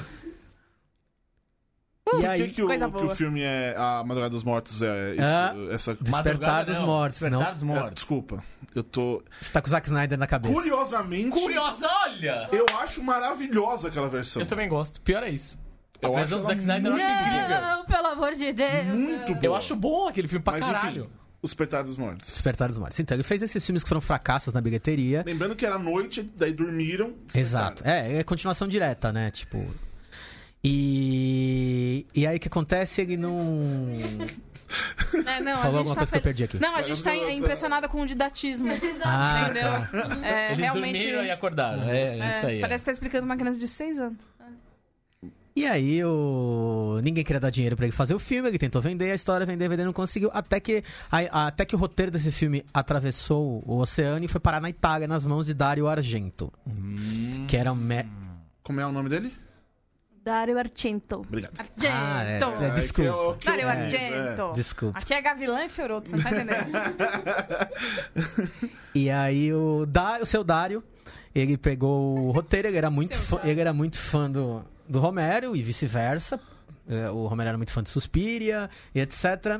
E Por aí, que o boa. filme é A Madrugada dos Mortos? É isso, Ah. essa... Despertar dos Mortos, Despertar dos É, Mortos. desculpa, eu tô... você tá com o Zack Snyder na cabeça. Curiosamente, Curiosa, olha! eu acho maravilhosa aquela versão. Eu também gosto. Pior é isso. Eu A acho versão do Zack ela Snyder eu acho incrível. Não, pelo amor de Deus. muito boa. Eu acho bom aquele filme pra Mas caralho. enfim, Os Despertar dos Mortos. Despertar dos Mortos. Então, ele fez esses filmes que foram fracassos na bilheteria. Lembrando que era noite, daí dormiram. despertaram. Exato. É continuação direta, né? Tipo. E aí o que acontece? Ele não. Não, Falou alguma coisa que eu perdi aqui. Não, a gente tá impressionada com o didatismo. Ah, Entendeu? tá. É, Eles realmente. dormiram e acordaram. É isso aí. Parece que tá explicando uma criança de 6 anos. E aí ninguém queria dar dinheiro pra ele fazer o filme, ele tentou vender a história, vender, não conseguiu, até que o roteiro desse filme atravessou o oceano e foi parar na Itália, nas mãos de Dario Argento. Que era um... Como é o nome dele? Dario Argento. Obrigado. Argento! Desculpa. que eu- Dario Argento! Desculpa. Aqui é Gavilã e Fioroto, você não tá entendendo? E aí o seu Dario, ele pegou o roteiro, ele era muito fã do Romero e vice-versa. O Romero era muito fã de Suspiria e etc.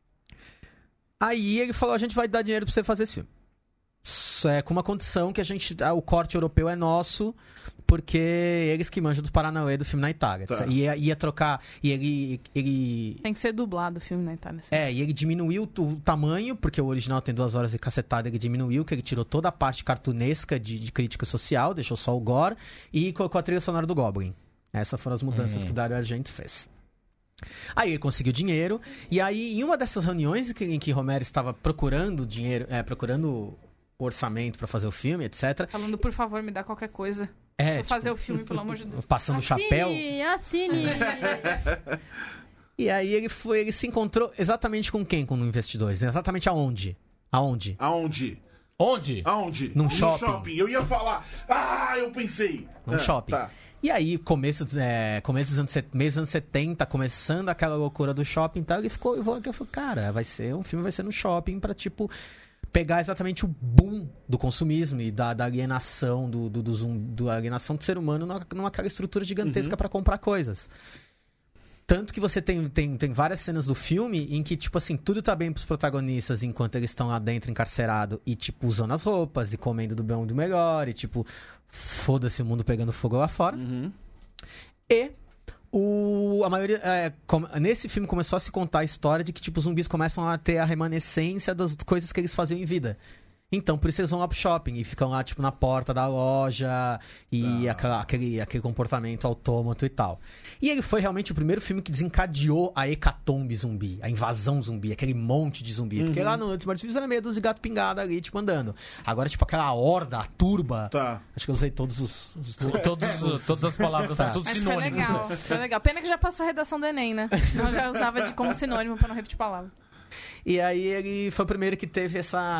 Aí ele falou, a gente vai dar dinheiro pra você fazer esse filme. Com uma condição que o corte europeu é nosso, porque eles que manjam dos Paranauê do filme na Itália. Tá. E ia trocar. E ele Tem que ser dublado o filme na Itália. Assim. e ele diminuiu o tamanho, porque o original tem 2 horas e cacetada, ele diminuiu, que ele tirou toda a parte cartunesca de crítica social, deixou só o gore, e colocou a trilha sonora do Goblin. Essas foram as mudanças que Dario Argento fez. Aí ele conseguiu dinheiro, e aí em uma dessas reuniões em que Romero estava procurando dinheiro, procurando o orçamento pra fazer o filme, etc. Falando, por favor, me dá qualquer coisa. Deixa eu fazer o filme, pelo amor de Deus. Passando o chapéu. Assine! E aí ele se encontrou exatamente com quem? Com investidores? Exatamente aonde? Aonde? Onde? Num No shopping. Eu ia falar. Eu pensei. Num shopping. Tá. E aí, começo dos anos 70, começando aquela loucura do shopping e tal, ele falou, cara, o filme vai ser no shopping pra, tipo, pegar exatamente o boom do consumismo e da alienação da alienação do ser humano naquela estrutura gigantesca pra comprar coisas. Tanto que você tem várias cenas do filme em que, tipo assim, tudo tá bem pros protagonistas enquanto eles estão lá dentro encarcerados e, tipo, usando as roupas e comendo do bom e do melhor e, tipo, foda-se o mundo pegando fogo lá fora. E a maioria... nesse filme começou a se contar a história de que, tipo, os zumbis começam a ter a remanescência das coisas que eles faziam em vida. Então, por isso eles vão lá pro shopping e ficam lá, tipo, na porta da loja e aquele comportamento autômato e tal. E ele foi realmente o primeiro filme que desencadeou a hecatombe zumbi, a invasão zumbi, aquele monte de zumbi. Porque lá no Smart Films era meio dos de gato pingado ali, tipo, andando. Agora, tipo, aquela horda, a turba... Tá. Acho que eu usei todas as palavras, Tá. todos Mas foi sinônimos. legal, foi legal. Pena que já passou a redação do Enem, né? Eu já usava como sinônimo pra não repetir palavra. E aí ele foi o primeiro que teve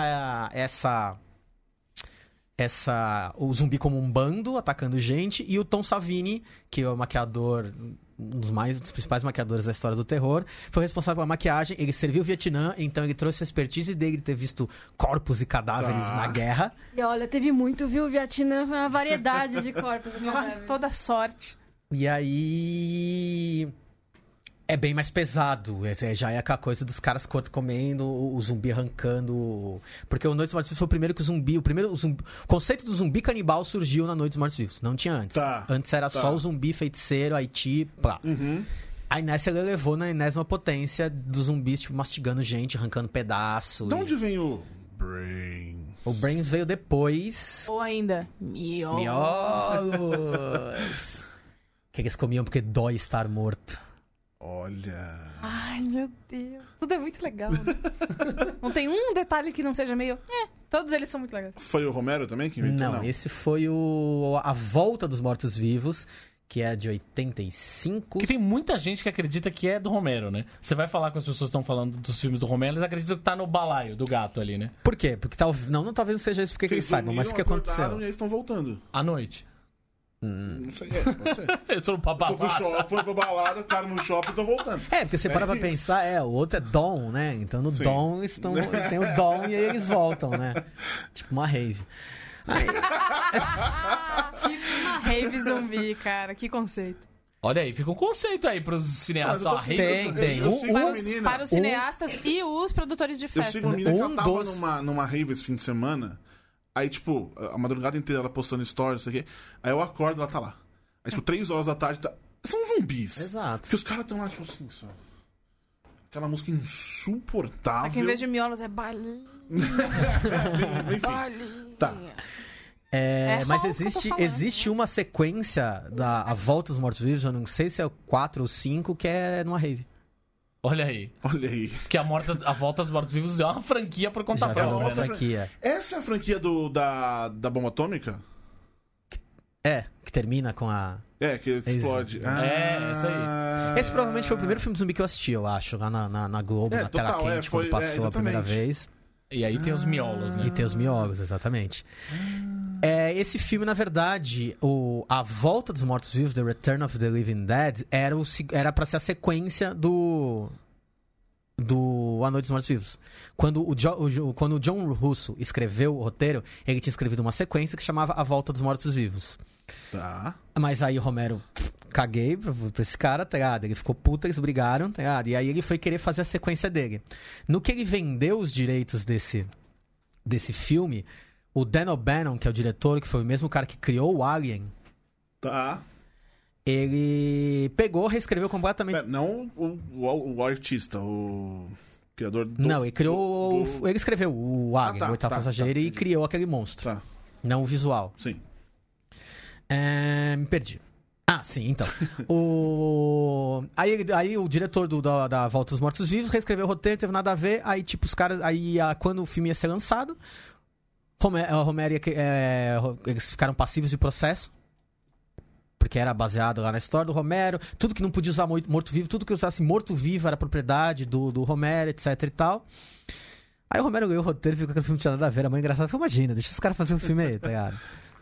o zumbi como um bando atacando gente, e o Tom Savini, que é o maquiador, um dos principais maquiadores da história do terror, foi responsável pela maquiagem. Ele serviu o Vietnã, então ele trouxe a expertise dele de ter visto corpos e cadáveres na guerra. E olha, teve muito, viu? O Vietnã foi uma variedade de corpos. Toda sorte. E aí... é bem mais pesado. Já é aquela coisa dos caras comendo, o zumbi arrancando. Porque o Noite dos Mortos-Vivos foi o primeiro que o conceito do zumbi canibal surgiu na Noite dos Mortos-Vivos. Não tinha antes. Tá. Antes era só o zumbi feiticeiro, Haiti, pá. Aí nessa ele levou na enésima potência dos zumbis, tipo, mastigando gente, arrancando pedaço. De onde vem o Brains? O Brains veio depois. Ou ainda, Miolos. Que eles comiam porque dói estar morto. Olha. ai meu Deus, tudo é muito legal, né? Não tem um detalhe que não seja meio... todos eles são muito legais. Foi o Romero também que inventou? Não, esse foi a Volta dos Mortos-Vivos, que é de 85. Que tem muita gente que acredita que é do Romero, né? Você vai falar com as pessoas que estão falando dos filmes do Romero, eles acreditam que tá no balaio do gato ali, né? Por quê? Porque talvez não seja isso porque eles saibam, mas o que aconteceu? E aí estão voltando. À noite. Não sei, pode ser. Eu sou pra Foi pro balada. shopping, foi pra balada, ficaram no shopping e estão voltando. Porque você para pra isso. pensar, o outro é Dom, né? Então no Sim. Dom tem o Dom e aí eles voltam, né? Tipo uma rave. Aí, Tipo uma rave zumbi, cara. Que conceito. Olha aí, fica um conceito aí pros cineastas. Mas eu tô Ó, seguindo- Tem. eu sigo uma Para os, menina. para os cineastas e os produtores de Eu festa. sigo uma menina que ela tava dos- numa rave esse fim de semana. Aí, tipo, a madrugada inteira ela postando stories, não sei o quê. Aí eu acordo e ela tá lá. Aí, tipo, 3 horas da tarde, são zumbis. Exato. Porque os caras estão lá, tipo assim, só. Aquela música insuportável. Aqui em vez de miolos é balinha. Enfim. Balinha. Tá. Mas rock que eu tô falando, existe uma sequência da A Volta dos Mortos-Vivos, eu não sei se é o 4 ou 5, que é numa rave. Olha aí. Olha aí. Que a Volta dos Mortos-Vivos é uma franquia por conta Já virou própria, uma né? franquia. Essa é a franquia da bomba atômica? Que termina com a... É, que explode. essa aí. Esse provavelmente foi o primeiro filme de zumbi que eu assisti, eu acho, lá na Globo, na tela total, quente, foi- quando passou a primeira exatamente. vez. E aí tem os miolos, né? E tem os miolos, exatamente. Esse filme, na verdade, A Volta dos Mortos-Vivos, The Return of the Living Dead, era pra ser a sequência do A Noite dos Mortos-Vivos. Quando o John Russo escreveu o roteiro, ele tinha escrevido uma sequência que chamava A Volta dos Mortos-Vivos. Tá. Mas aí o Romero, caguei pra esse cara, tá ligado? Ele ficou puto, eles brigaram, tá ligado? E aí ele foi querer fazer a sequência dele. No que ele vendeu os direitos desse filme, o Dan O'Bannon, que é o diretor, que foi o mesmo cara que criou o Alien, Tá. ele pegou, reescreveu completamente... Pera, não o artista, o criador do... Não, ele criou... do- Ele escreveu o Alien, tá, o Oitavo tá, Passageiro, e entendi. criou aquele monstro. Tá, Não o visual. sim. Me perdi. Sim, então. Aí o diretor da Volta dos Mortos-Vivos reescreveu o roteiro, não teve nada a ver. Aí, tipo, os caras. Quando o filme ia ser lançado, Romero eles ficaram passivos de processo. Porque era baseado lá na história do Romero. Tudo que não podia usar morto-vivo, tudo que usasse morto-vivo era propriedade do Romero, etc e tal. Aí o Romero ganhou o roteiro e ficou que o filme não tinha nada a ver. Era muito engraçado. Falei, imagina, deixa os caras fazerem um filme aí, tá ligado?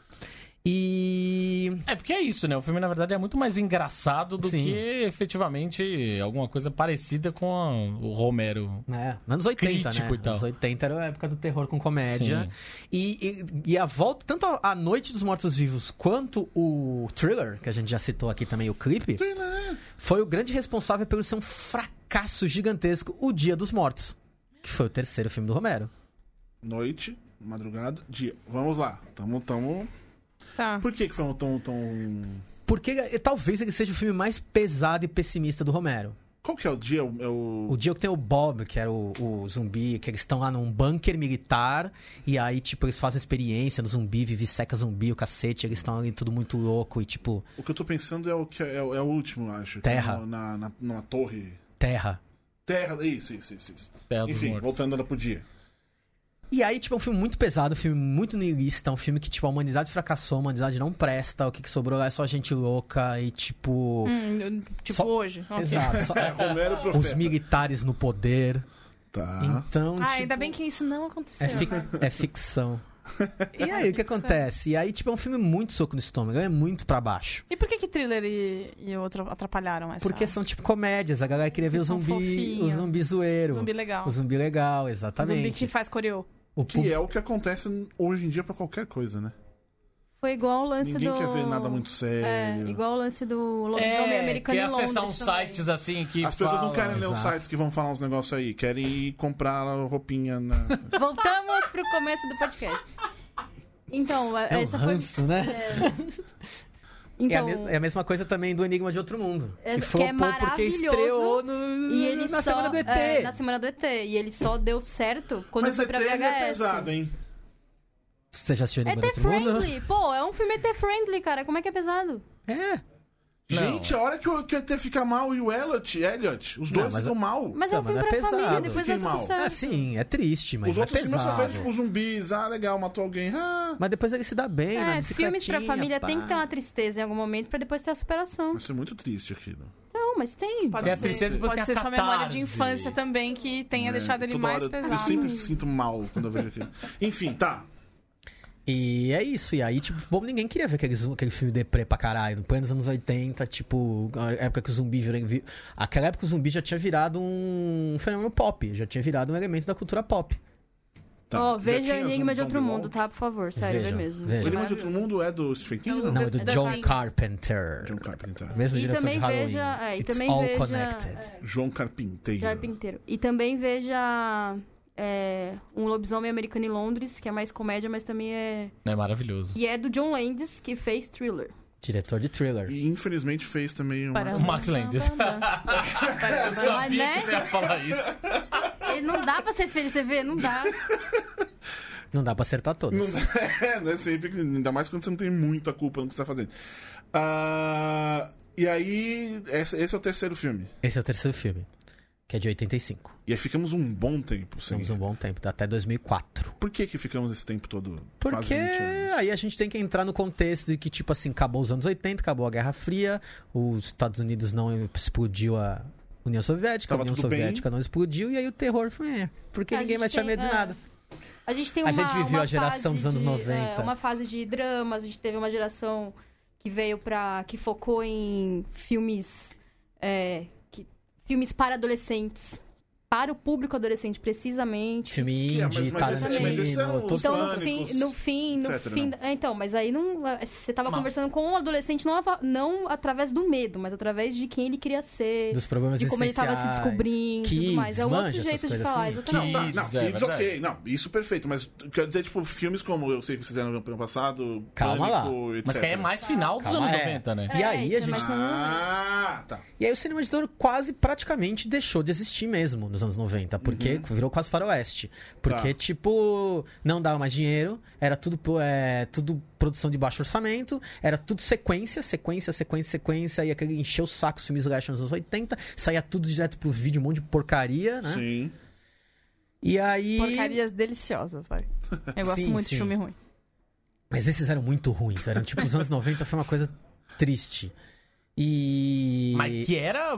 Porque é isso, né? O filme, na verdade, é muito mais engraçado do Sim. que efetivamente alguma coisa parecida com o Romero. Anos 80, Crítico né? e tal. Anos 80 era a época do terror com comédia. E a volta, tanto a Noite dos Mortos-Vivos quanto o Thriller, que a gente já citou aqui também, o clipe, foi o grande responsável pelo ser um fracasso gigantesco, O Dia dos Mortos, que foi o terceiro filme do Romero. Noite, madrugada, dia. Vamos lá. Tamo... Tá. Por que foi tão... Porque talvez ele seja o filme mais pesado e pessimista do Romero. Qual que é o dia? É o... O dia que tem o Bob, que era o zumbi, que eles estão lá num bunker militar, e aí, tipo, eles fazem experiência no zumbi, vivisseca zumbi, o cacete, eles estão ali tudo muito louco e, tipo... O que eu tô pensando é o que é o último, acho. que Terra. é numa torre. Terra. Terra, isso. Terra dos Enfim, Mortos. voltando pro dia. E aí, tipo, é um filme muito pesado, um filme muito niilista, um filme que, tipo, a humanidade fracassou, a humanidade não presta, o que sobrou lá é só gente louca e, tipo... Tipo Só- hoje. Ok. Exato, só- Romero Profeta. os militares no poder. Tá. Então, Ah, tipo, ainda bem que isso não aconteceu. é ficção. E aí, o que acontece? E aí, tipo, é um filme muito soco no estômago, é muito pra baixo. E por que Thriller e outro atrapalharam essa? Porque são, tipo, comédias, a galera queria ver o São zumbi, fofinhos. o zumbi zoeiro. Zumbi legal. O zumbi legal, Zumbi exatamente. que faz coreô. O Que é o que acontece hoje em dia pra qualquer coisa, né? Foi igual o lance Ninguém do... quer ver nada muito sério. igual o lance do lobisomem americano quer em Londres acessar uns também. sites assim que As pessoas não falam- querem ler os Exato. sites que vão falar uns negócios aí. Querem ir comprar roupinha na... Voltamos pro começo do podcast. Então, É um essa foi... ranço, né? Então, É a mesma coisa também do Enigma de Outro Mundo. É- Que que flopou é porque maravilhoso, estreou e ele na só, semana do ET. na semana do ET. E ele só deu certo quando Mas foi ET pra ele VHS. é pesado, hein? Você já assistiu Enigma de ET Outro Mundo? friendly. Pô, é um filme ET friendly, cara. Como é que é pesado? É. Não. Gente, a hora que o ET fica mal e o Elliot, os dois mas ficam mal. Mas Tá, é um filme mas pra não é família, pesado. depois Fiquei dá tudo mal. certo. Assim, é triste, mas Os não é outros filmes só pesado. vê, tipo, zumbis. Ah, legal, matou alguém. Ah, Mas depois ele se dá bem, na Filmes pra bicicletinha, família pá. tem que ter uma tristeza em algum momento pra depois ter a superação. vai ser muito triste aquilo. Não, mas tem. Pode Tem a ser, tristeza e depois pode tem ser a sua memória catarse. de infância também que tenha deixado ele Toda mais hora pesado. Eu sempre sinto mal quando eu vejo aquilo. Enfim, tá. E é isso. E aí, tipo, bom, ninguém queria ver aquele filme deprê pra caralho. No nos anos 80, tipo, a época que o zumbi aquela época o zumbi já tinha virado um fenômeno pop. Já tinha virado um elemento da cultura pop. Tá, veja Enigma de Outro Zombie Mundo, Walk. tá? Por favor, sério, vê mesmo. veja. O Enigma de Outro Mundo é do Stephen King? Não, é do É John da- Carpenter. John Carpenter. Mesmo E diretor também de Halloween. veja... e It's também all veja... connected. João Carpinteiro. Carpinteiro. E também veja... Um Lobisomem Americano em Londres, que é mais comédia, mas também é... É maravilhoso. E é do John Landis, que fez Thriller. Diretor de Thriller. E infelizmente fez também uma... O Max Landis. Eu Mas, sabia né? que você ia falar isso. E não dá pra ser feliz, você vê? Não dá. Não dá pra acertar todas. Não é, né? Sempre, ainda mais quando você não tem muita culpa no que você tá fazendo. E aí, esse é o terceiro filme. Esse é o terceiro filme, que é de 85. E aí ficamos um bom tempo sem... Ficamos um bom tempo, até 2004. Por que ficamos esse tempo todo? Quase Porque 20 anos? aí a gente tem que entrar no contexto de que, tipo assim, acabou os anos 80, acabou a Guerra Fria, os Estados Unidos não explodiu a União Soviética, Tava a União tudo bem. Soviética não explodiu, e aí o terror foi, porque A ninguém gente mais tinha tem- medo de nada. A gente tem A uma gente viveu uma a geração fase dos anos de, 90. uma fase de dramas, a gente teve uma geração que veio que focou em filmes... filmes para adolescentes. Para o público adolescente, precisamente. Filme Que é, indie, mas esse era Tarantino, os todo Então, Pânicos, no fim... etc, então, mas aí não... Você tava Mas- conversando com um adolescente não através do medo, mas através de quem ele queria ser, dos problemas de como ele tava se existenciais. descobrindo e tudo Kids, mais. É um outro manja, essas jeito de coisas falar, assim. exatamente. Não, Kids, Kids, verdade. ok. Não, isso perfeito. Mas quero dizer, tipo, filmes como eu sei que vocês fizeram no ano passado, Calma lá. Pânico, etc. Mas que aí é mais final dos Calma, anos é. 90, né? E aí isso a é gente... mais Tá. E aí o cinema de terror quase praticamente deixou de existir mesmo nos anos 90, porque virou quase faroeste. Porque, Tá. tipo, não dava mais dinheiro, era tudo produção de baixo orçamento, era tudo sequência, e aquele encheu o saco os filmes slash nos anos 80, saía tudo direto pro vídeo, um monte de porcaria, né? Sim. E aí... Porcarias deliciosas, vai. Eu gosto Sim, muito sim. de filme ruim. Mas esses eram muito ruins, eram tipo, os anos 90 foi uma coisa triste. E... Mas que era,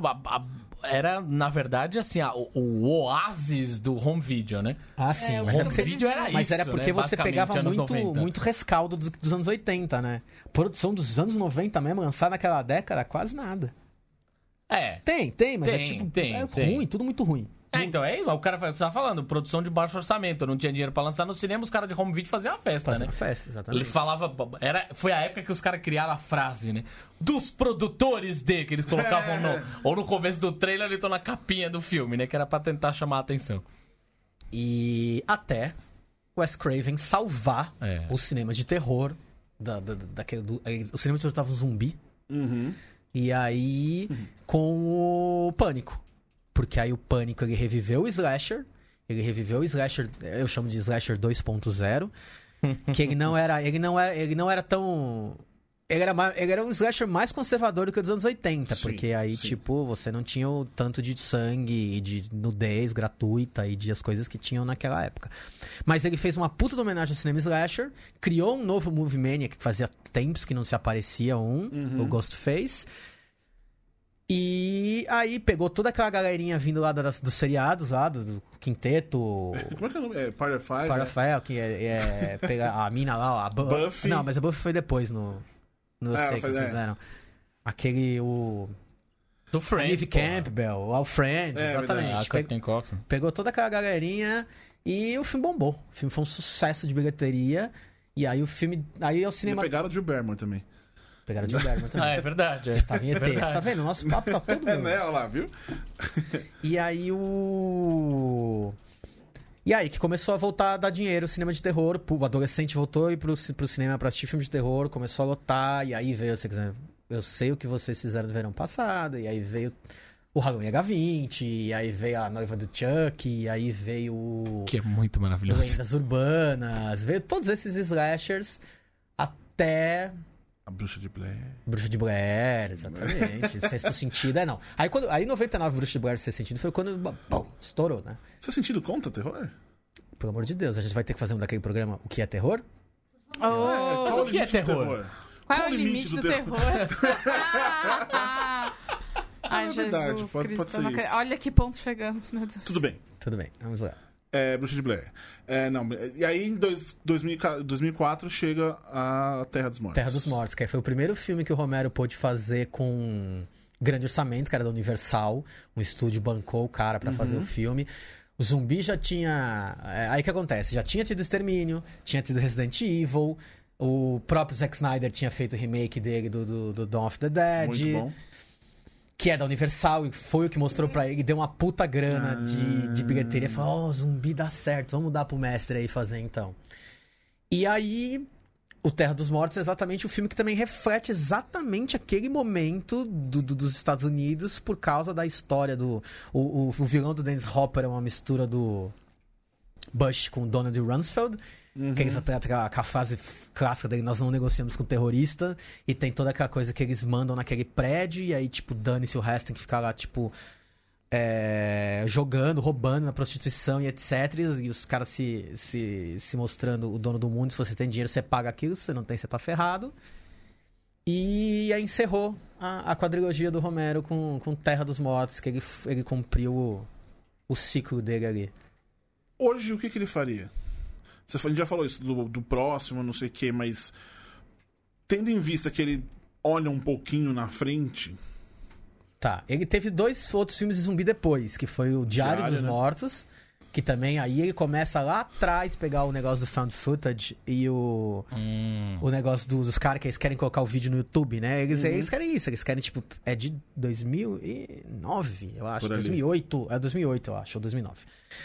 na verdade, assim, o oásis do home video, né? Ah, sim. É, o mas Home é porque você- video era Mas isso, era porque né? você Basicamente, pegava anos muito, 90. muito rescaldo dos anos 80, né? Produção dos anos 90 mesmo, lançar naquela década, quase nada. É. Tem, mas é Tem, tipo... tem, é tem. ruim, tudo muito ruim. Então é isso, o cara foi o que você tava falando, produção de baixo orçamento, não tinha dinheiro pra lançar no cinema, os caras de home video faziam uma festa, Fazendo né? festa, exatamente. Ele falava. Foi a época que os caras criaram a frase, né? Dos produtores de, que eles colocavam ou no começo do trailer, ou na capinha do filme, né? Que era pra tentar chamar a atenção. E até Wes Craven salvar É. o cinema de terror o cinema de terror tava zumbi. E aí, com o Pânico. Porque aí o Pânico, ele reviveu o Slasher. Ele reviveu o Slasher, eu chamo de Slasher 2.0. Que ele não era tão... Ele era um slasher mais conservador do que o dos anos 80. Sim, porque aí, sim. tipo, você não tinha o tanto de sangue e de nudez gratuita e de as coisas que tinham naquela época. Mas ele fez uma puta de homenagem ao cinema slasher, criou um novo Movie Mania que fazia tempos que não se aparecia o Ghostface. E aí pegou toda aquela galerinha vindo lá dos seriados, lá do Quinteto... Como é que é o nome? É Firefly? Parafael, que é pegar a mina lá, ó, a Buffy. Não, mas a Buffy foi depois no eu sei que eles fizeram. Aquele, Do a Friends, Neve porra. Campbell, o Friends, É, exatamente. A Courtney Cox. Pegou toda aquela galerinha e o filme bombou. O filme foi um sucesso de bilheteria. E aí o filme... Aí é o E cinema... pegaram a Drew Barrymore também. Pegaram de Bergman Ah, também. é verdade. É. Estava em ET. Verdade. Você tá vendo? O nosso papo tá todo É, bom. né? Olha lá, viu? E aí E aí que começou a voltar a dar dinheiro o cinema de terror. O adolescente voltou e pro cinema pra assistir filme de terror, começou a lotar. E aí veio, eu sei o que vocês fizeram no verão passado. E aí veio o Halloween H20. E aí veio a noiva do Chuck. E aí veio o Que é muito maravilhoso. Lendas Urbanas. Veio todos esses slashers até... A Bruxa de Blair. Bruxa de Blair, exatamente. Sexto Sentido, não. Aí 99 Bruxa de Blair, Sexto Sentido, foi quando bom, estourou, né? Seu sentido conta terror? Pelo amor de Deus, a gente vai ter que fazer um daquele programa O que é Terror? Oh, Mas Qual o que é limite do terror? qual é o limite do terror? Ai, É verdade, Jesus pode Cristo. ser eu não isso. acredito. Olha que ponto chegamos, meu Deus. Tudo bem. Tudo bem, vamos lá. Bruxa de Blair. Não, e aí em 2004 chega a Terra dos Mortos. Terra dos Mortos, que aí foi o primeiro filme que o Romero pôde fazer com grande orçamento, que era da Universal. Um estúdio bancou o cara pra fazer o filme. O zumbi já tinha... Aí o que acontece? Já tinha tido Extermínio, tinha tido Resident Evil, o próprio Zack Snyder tinha feito o remake dele do Dawn of the Dead. Muito bom. Que é da Universal, e foi o que mostrou pra ele, deu uma puta grana de bilheteria. Falou, zumbi dá certo, vamos dar pro mestre aí fazer então. E aí, o Terra dos Mortos é exatamente o filme que também reflete exatamente aquele momento dos Estados Unidos por causa da história do... O vilão do Dennis Hopper é uma mistura do Bush com Donald Rumsfeld. Que eles a frase clássica dele, nós não negociamos com terrorista, e tem toda aquela coisa que eles mandam naquele prédio, e aí, tipo, dane-se o resto, tem que ficar lá, tipo, jogando, roubando na prostituição e etc. E os caras se mostrando o dono do mundo, se você tem dinheiro, você paga aquilo, se você não tem, você tá ferrado. E aí encerrou a quadrilogia do Romero com Terra dos Mortos, que ele cumpriu o ciclo dele ali. Hoje, o que ele faria? A gente já falou isso do próximo, não sei o quê, mas tendo em vista que ele olha um pouquinho na frente... Tá, ele teve 2 outros filmes de zumbi depois, que foi o Diário dos Mortos, que também aí ele começa lá atrás pegar o negócio do found footage e o negócio dos caras que eles querem colocar o vídeo no YouTube, né? Eles querem isso, eles querem, tipo, é de 2009, eu acho, 2008, 2008, eu acho, ou 2009.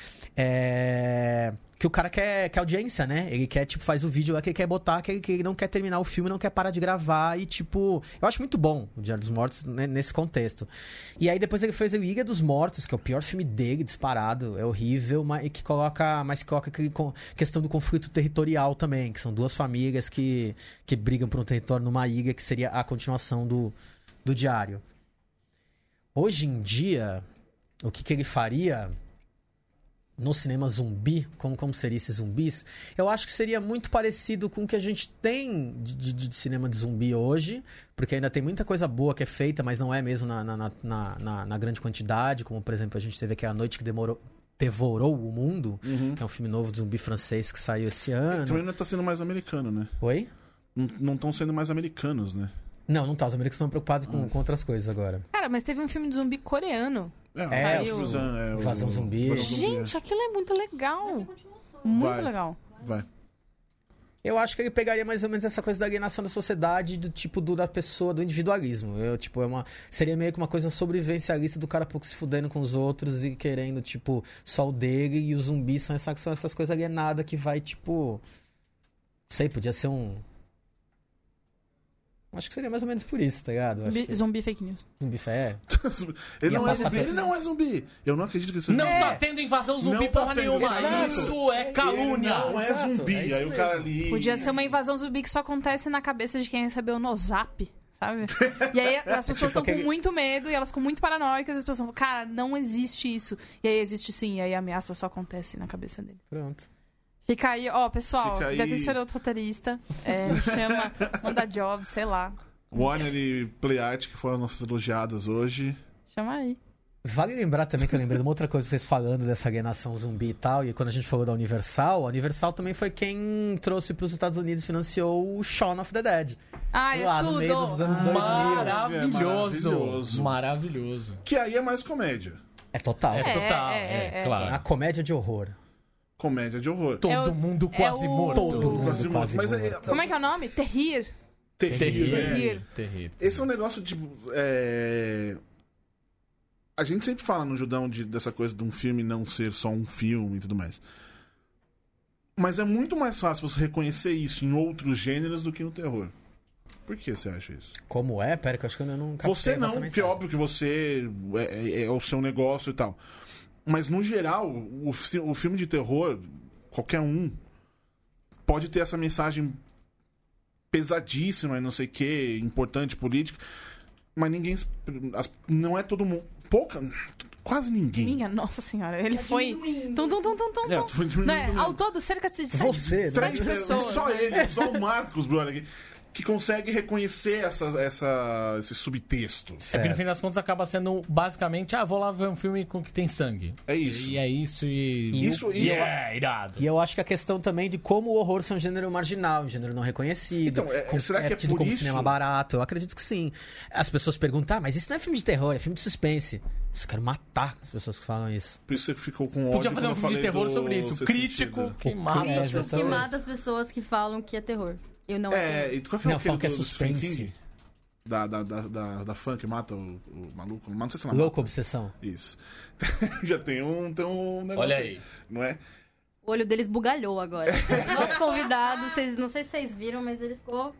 Que o cara quer audiência, né? Ele quer, tipo, faz o vídeo lá que ele quer botar, que ele não quer terminar o filme, não quer parar de gravar e, tipo... Eu acho muito bom o Diário dos Mortos, né, nesse contexto. E aí depois ele fez o Ilha dos Mortos, que é o pior filme dele, disparado, é horrível, mas que coloca aquele questão do conflito territorial também, que são 2 famílias que brigam por um território numa ilha, que seria a continuação do Diário. Hoje em dia, o que ele faria... no cinema zumbi, como seria esses zumbis, eu acho que seria muito parecido com o que a gente tem de cinema de zumbi hoje, porque ainda tem muita coisa boa que é feita, mas não é mesmo na grande quantidade, como, por exemplo, a gente teve aqui A Noite que Devorou o Mundo, que é um filme novo de zumbi francês que saiu esse ano. Também não tá sendo mais americano, né? Oi? Não estão sendo mais americanos, né? Não tá. Os americanos estão preocupados com outras coisas agora. Cara, mas teve um filme de zumbi coreano. Invasão Zumbi. Gente, aquilo é muito legal. Muito legal. Vai. Eu acho que ele pegaria mais ou menos essa coisa da alienação da sociedade, do tipo da pessoa, do individualismo. Seria meio que uma coisa sobrevivencialista do cara pouco se fudendo com os outros e querendo, tipo, só o dele, e os zumbis são essas coisas alienadas que vai, tipo... Sei, podia ser um... Acho que seria mais ou menos por isso, tá ligado? Zumbi fake news. Zumbi fé. Ele não é zumbi. Eu não acredito que isso Não tá tendo invasão zumbi porra nenhuma. Isso é calúnia. Não é zumbi. Aí o cara ali... Podia ser uma invasão zumbi que só acontece na cabeça de quem recebeu no Zap, sabe? E aí as pessoas estão com muito medo e elas ficam muito paranoicas. E as pessoas falam, cara, não existe isso. E aí existe sim. E aí a ameaça só acontece na cabeça dele. Pronto. Fica aí, pessoal, Beatriz foi outro roteirista. Chama, manda job, sei lá. Warner e PlayArt, que foram as nossas elogiadas hoje. Chama aí. Vale lembrar também que eu lembrei de uma outra coisa, vocês falando dessa alienação zumbi e tal, e quando a gente falou da Universal, a Universal também foi quem trouxe para os Estados Unidos e financiou o Shaun of the Dead. Lá no meio dos anos 2000. Maravilhoso. Que aí é mais comédia. É total. Claro. A comédia de horror. Comédia de horror. Todo mundo quase morto. Todo mundo quase morto. Como é que é o nome? Terrir. Esse é um negócio, tipo... A gente sempre fala no Judão dessa coisa de um filme não ser só um filme e tudo mais. Mas é muito mais fácil você reconhecer isso em outros gêneros do que no terror. Por que você acha isso? Como é? Pera que eu acho que eu não... Você não, porque é óbvio que você... É o seu negócio e tal. Mas, no geral, o filme de terror, qualquer um, pode ter essa mensagem pesadíssima e não sei o que, importante, política, mas ninguém... Não é todo mundo... Quase ninguém. Minha nossa senhora, ele foi... Foi diminuindo. Ao todo, cerca de 7 Você, pessoas. Só ele, só o Marcos, brother, aqui. que consegue reconhecer esse subtexto. É que no fim das contas acaba sendo basicamente, vou lá ver um filme com que tem sangue. É isso. E é isso e... Isso é irado. E eu acho que a questão também de como o horror é um gênero marginal, um gênero não reconhecido. Então, será que é tido por como isso? cinema barato? Eu acredito que sim. As pessoas perguntam, mas isso não é filme de terror, é filme de suspense. Eu quero matar as pessoas que falam isso. Por isso você ficou com ódio. Podia fazer um quando eu filme de falei terror do sobre isso. Sexto Crítico Sentido. que mata. É, Crítico que exatamente. mata as pessoas que falam que é terror. Eu não é terror. E qual que é Não, o falam que é do Stephen suspense. King? Da fã que mata o maluco. Não sei se ela Louca mata. obsessão. Isso. Já tem um negócio. Olha aí. Não é? O olho deles bugalhou agora. Nosso convidado, não sei se vocês viram, mas ele ficou...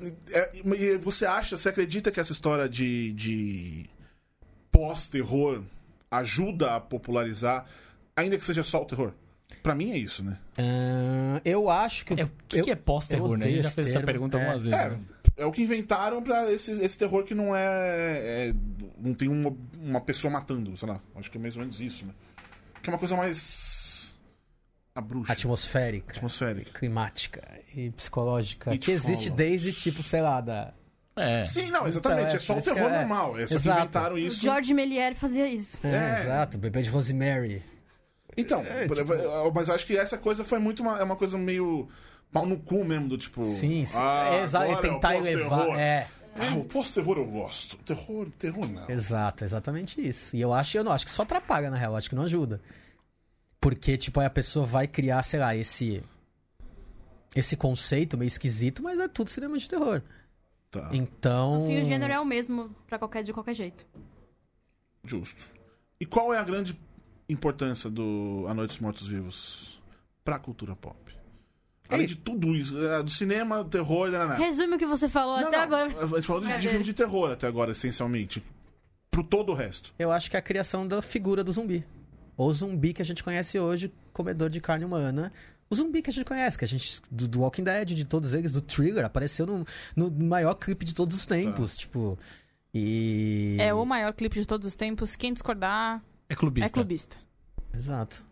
E você acredita que essa história de pós-terror ajuda a popularizar, ainda que seja só o terror? Pra mim é isso, né? Eu acho que... O que é pós-terror, né? A gente já fez essa pergunta algumas vezes. Né? É o que inventaram pra esse terror que não não tem uma pessoa matando, sei lá. Acho que é mais ou menos isso, né? Que é uma coisa mais... A bruxa. Atmosférica. Climática e psicológica. It que existe follows. desde, tipo, sei lá, da... Sim, não, exatamente. Então, é só o por isso terror que normal. É só que Exato. inventaram O isso. George Méliès fazia isso. Exato. Bebê de Rosemary. Então, mas acho que essa coisa foi muito é uma coisa meio pau no cu mesmo, do tipo... Sim. Exato. agora E tentar é o elevar... pós-terror. O pós-terror eu gosto. Terror não. Exato, exatamente isso. E eu não acho que só atrapalha, na real. Acho que não ajuda. Porque, tipo, aí a pessoa vai criar, sei lá, esse conceito meio esquisito, mas é tudo cinema de terror. Tá, Então... No fim, o gênero é o mesmo de qualquer jeito. justo. E qual é a grande importância do A Noite dos Mortos-Vivos pra cultura pop? Além de tudo isso, do cinema, do terror... Resume o que você falou até agora. A gente falou de filme de terror até agora, essencialmente. Pro todo o resto. Eu acho que é a criação da figura do zumbi. O zumbi que a gente conhece hoje, comedor de carne humana. O zumbi que a gente conhece, que a gente... Do Walking Dead, de todos eles, do Trigger, apareceu no maior clipe de todos os tempos, tipo... E... É o maior clipe de todos os tempos. Quem discordar É clubista. é clubista. Exato.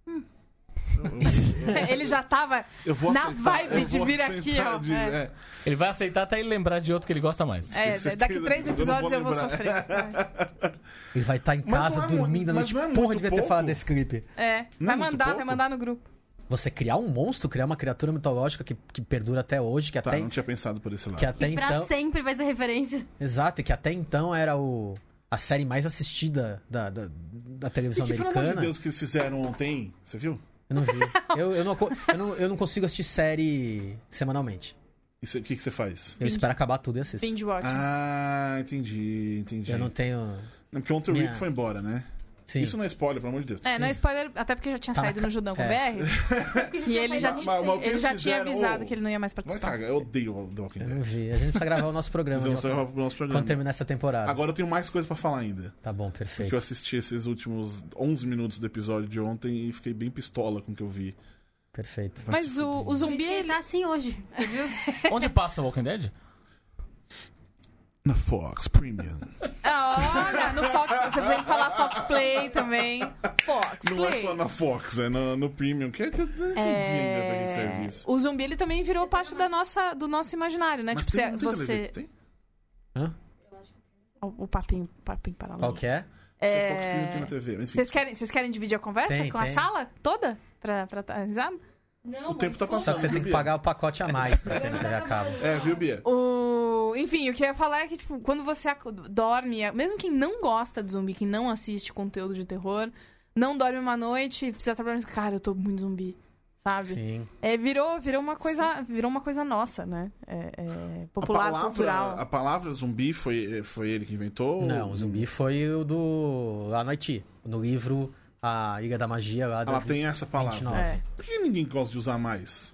Ele já tava Eu vou na aceitar, vibe eu de vou vir aqui, aceitar ó. Ele vai aceitar até ele lembrar de outro que ele gosta mais. certeza Daqui 3 que eu não episódios vou eu vou lembrar. sofrer. Ele vai estar em Mas casa não é dormindo à mas noite. não é Porra, muito devia ter pouco? falado desse clipe. Não é muito Vai pouco? mandar no grupo. Você criar um monstro, criar uma criatura mitológica que perdura até hoje, que Tá, até, não tinha pensado por esse lado. que até E pra então... sempre vai ser referência. Exato, e que até então era a série mais assistida da televisão E que, pelo amor de americana. Deus, que eles fizeram ontem, você viu? Eu não vi. eu não consigo assistir série semanalmente. O que você faz? Eu espero acabar tudo e assisto. Binge watch. Ah, entendi. Eu não tenho... Não, porque ontem o Rick foi embora, né? Sim. Isso não é spoiler, pelo amor de Deus. Não é spoiler, até porque já tinha Tá na saído no Judão com é. BR. Que ele já, Mas o que ele eles já tinha fizeram, avisado que ele não ia mais Vai participar. cagar, eu odeio o The Walking Eu Dead. não vi. A gente precisa gravar o nosso programa. Vamos de- gravar o nosso programa. Quando terminar essa temporada. Agora eu tenho mais coisa pra falar ainda. Tá bom, Porque eu perfeito. assisti esses últimos 11 minutos do episódio de ontem e fiquei bem pistola com o que eu vi. Perfeito. Vai Mas se o fuder. Por zumbi, isso que ele ele... tá assim hoje, viu? Onde passa o Walking Dead? Na Fox Premium. Olha, no Fox, você tem que falar Fox Play também. Fox Não é Play. só na Fox, é no Premium. Que eu não entendi ainda pra que serve isso. O zumbi, ele também virou parte do nosso imaginário, né? Mas Tipo, tem, não tem você... televisão, tem? Hã? O papinho paralelo. Qual que é? Se a Fox Premium tem na TV. Mas, enfim, Vocês querem dividir a conversa Tem, com a tem. sala toda? Pra dar risada? Não, O tempo tá mas- Só passando. que você tem que pagar o pacote a mais pra ter na TV a cabo. viu, Bia? Enfim, o que eu ia falar é que, tipo, quando você dorme, mesmo quem não gosta de zumbi, quem não assiste conteúdo de terror, não dorme uma noite e precisa trabalhar, cara, eu tô muito zumbi, sabe? Sim. Virou uma coisa nossa, né? Popular, cultural. A palavra zumbi foi ele que inventou? Não, o zumbi foi o do... lá no Haiti. No livro A Ilha da Magia lá do... Ela tem essa palavra. 29. Por que ninguém gosta de usar mais?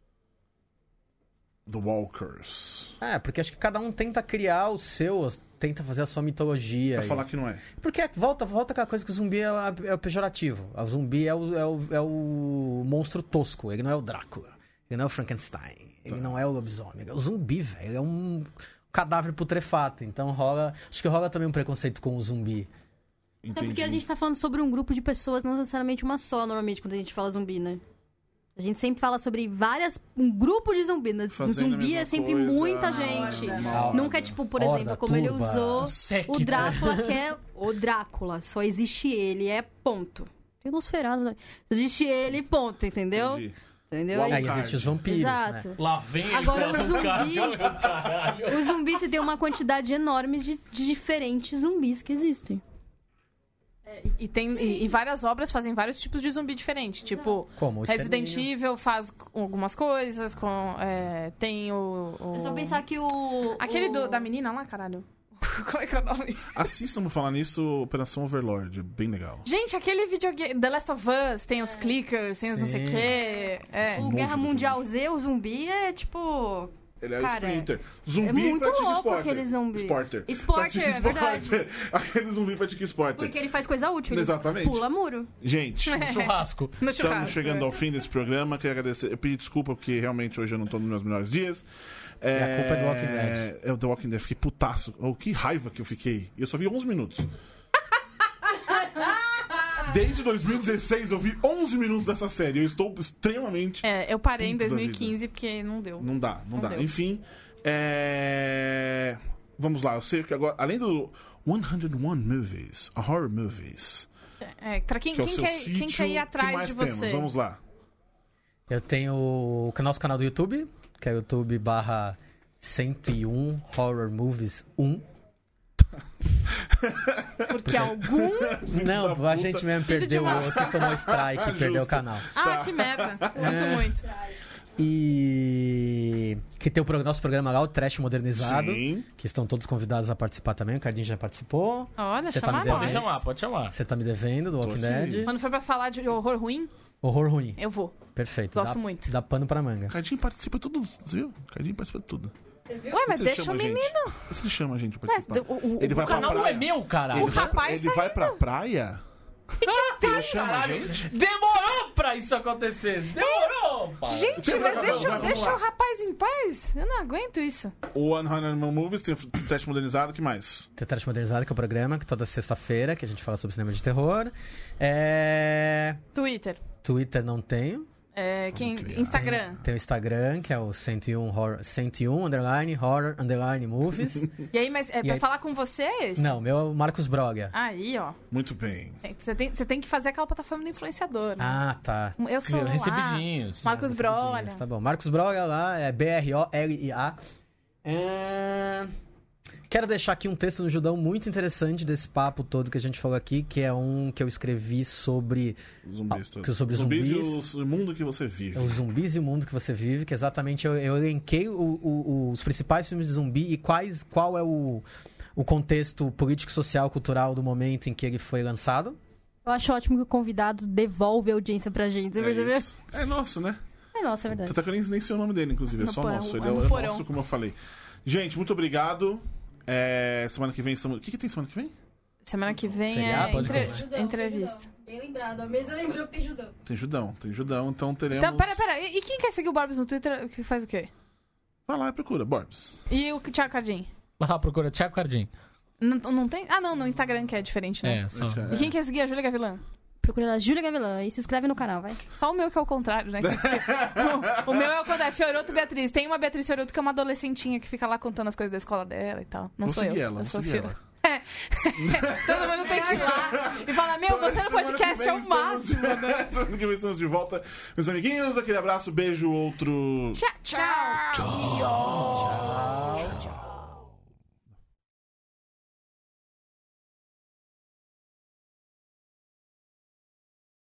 The Walkers. Porque acho que cada um tenta criar o seu, tenta fazer a sua mitologia. Pra e- falar que não é. Porque volta aquela coisa que o zumbi é o pejorativo. O zumbi é o monstro tosco. Ele não é o Drácula. Ele não é o Frankenstein. Ele não é o lobisomem. Ele é o zumbi, velho. Ele é um cadáver putrefato. Então acho que rola também um preconceito com o zumbi. É Entendi. porque a gente tá falando sobre um grupo de pessoas, não necessariamente uma só, normalmente, quando a gente fala zumbi, né? A gente sempre fala sobre um grupo de zumbi. No Fazendo a zumbi mesma é sempre coisa. muita gente. Nunca é tipo, por Horda, exemplo, como ele turba. usou Secta. o Drácula, que é o Drácula. Só existe ele, é ponto. Tem Nosferatu, né? Existe ele, ponto, entendeu? Entendi. Entendeu? Logo- Aí existem os vampiros, Exato. né? Lá vem ele Agora, com o zumbi- caralho, caralho. O zumbi, você tem uma quantidade enorme de diferentes zumbis que existem. E várias obras fazem vários tipos de zumbi diferentes. Tipo, Como? O Resident Extermínio. Evil faz algumas coisas. Tem o... É só pensar que o... Aquele o... da menina lá, caralho. Como é que é o nome? Assistam, por falar nisso, Operação Overlord. É bem legal. Gente, aquele videogame... The Last of Us, tem os clickers, tem os não sei o Sim. quê. É. O Guerra Mundial Z, o zumbi, é tipo... Ele é Cara, o Splinter. é Zumbi muito pratica louco esporte. aquele zumbi. Sporter. Sporter, Pratica é verdade. esporte. Aquele zumbi pratica esporte. Porque ele faz coisa útil. Ele Exatamente. pula muro. Gente, Churrasco. No estamos churrasco. chegando ao fim desse programa. Queria agradecer. Eu pedi desculpa porque realmente hoje eu não tô nos meus melhores dias. E a culpa é do Walking Dead. É o The Walking Dead. Fiquei putaço. Oh, que raiva que eu fiquei. E eu só vi 11 minutos. Desde 2016 eu vi 11 minutos dessa série. Eu estou extremamente... Eu parei em Puta da 2015 porque não deu. Não dá. Não deu. Enfim, vamos lá. Eu sei que agora, além do 101 Movies, Horror Movies, Pra quem que é o seu quer sítio, ir que atrás mais de você. temos? Vamos lá. Eu tenho o nosso canal do YouTube, que é youtube/101 Horror Movies 1. Porque algum... Não, da a puta. gente mesmo Filho de perdeu uma- o outro, tomou strike e perdeu o Justo. canal. Ah, que merda. Sinto muito. E que tem o nosso programa lá, o Trash Modernizado, Sim. que estão todos convidados a participar também. O Cardinho já participou. Olha, Você tá chama me nós. Pode devendo? chamar, pode chamar. Você tá me devendo do Walking aqui. Dead. Quando for pra falar de horror ruim, Horror ruim. eu vou. Perfeito. Gosto dá, muito. Dá pano pra manga. Cardinho participa de tudo, você viu? Cardinho participa de tudo. Ué, mas Você deixa o chama a gente. menino. Você ele chama a gente pra Mas participar. o Ele vai O pra canal não praia. é meu, caralho. O rapaz Ele tá vai pra praia? Ele chama a gente? Demorou pra isso acontecer. Demorou, pai. Gente, Tem mas pra- deixa vamos lá. o rapaz em paz. Eu não aguento isso. O 101 Movies, tem o Trash Modernizado, o que mais? Tem o Trash Modernizado, que é o programa que toda sexta-feira que a gente fala sobre cinema de terror. Twitter. Twitter não tenho. criar. Tem Instagram. o Instagram, que é o 101 _horror movies. E aí, mas pra aí- falar com vocês? Não, meu é o Marcos Broga. Aí, ó. Muito bem. Você tem que fazer aquela plataforma do influenciador. Né? Ah, tá. Eu sou lá. Recebidinhos. Marcos Broga. Tá bom. Marcos Broga lá, é BROLIA. Quero deixar aqui um texto no Judão muito interessante desse papo todo que a gente falou aqui, que é um que eu escrevi sobre Zumbis todos. sobre zumbis. zumbis. E o mundo que você vive. os zumbis e o mundo que você vive, que exatamente eu elenquei os principais filmes de zumbi e qual é o contexto político, social, cultural do momento em que ele foi lançado. Eu acho ótimo que o convidado devolve a audiência pra gente. Você percebeu? isso. É nosso, né? É nossa, é verdade. Tanto é que eu nem sei o nome dele, inclusive. É No só porão, nosso. Ele é é no porão. nosso, como eu falei. Gente, muito obrigado. Semana que vem estamos... O que tem semana que vem? Semana que vem Feriado, é pode crer. entrevista. Bem lembrado. A mesa lembrou que tem judão. Tem Judão. Então teremos... Então, pera. E quem quer seguir o Borbs no Twitter, que faz o quê? Vai lá e procura, Borbs. E o Thiago Cardim? Vai lá, procura Thiago Cardim. Não tem? Ah, não, no Instagram que é diferente, né? É, só. E quem quer seguir a Júlia Gavilã? Procura lá, Júlia Gavilã, e se inscreve no canal, vai. Só o meu que é o contrário, né? o meu é o contrário. Fioroto Beatriz. Tem uma Beatriz Fioroto que é uma adolescentinha que fica lá contando as coisas da escola dela e tal. Não Vou sou seguir eu. ela, eu vou sou seguir Fioroto. ela. Todo mundo tem que ir lá e falar, meu, você no podcast é o máximo, né? Semana que vem estamos de volta. Meus amiguinhos, aquele abraço, beijo, outro... Tchau. Tchau.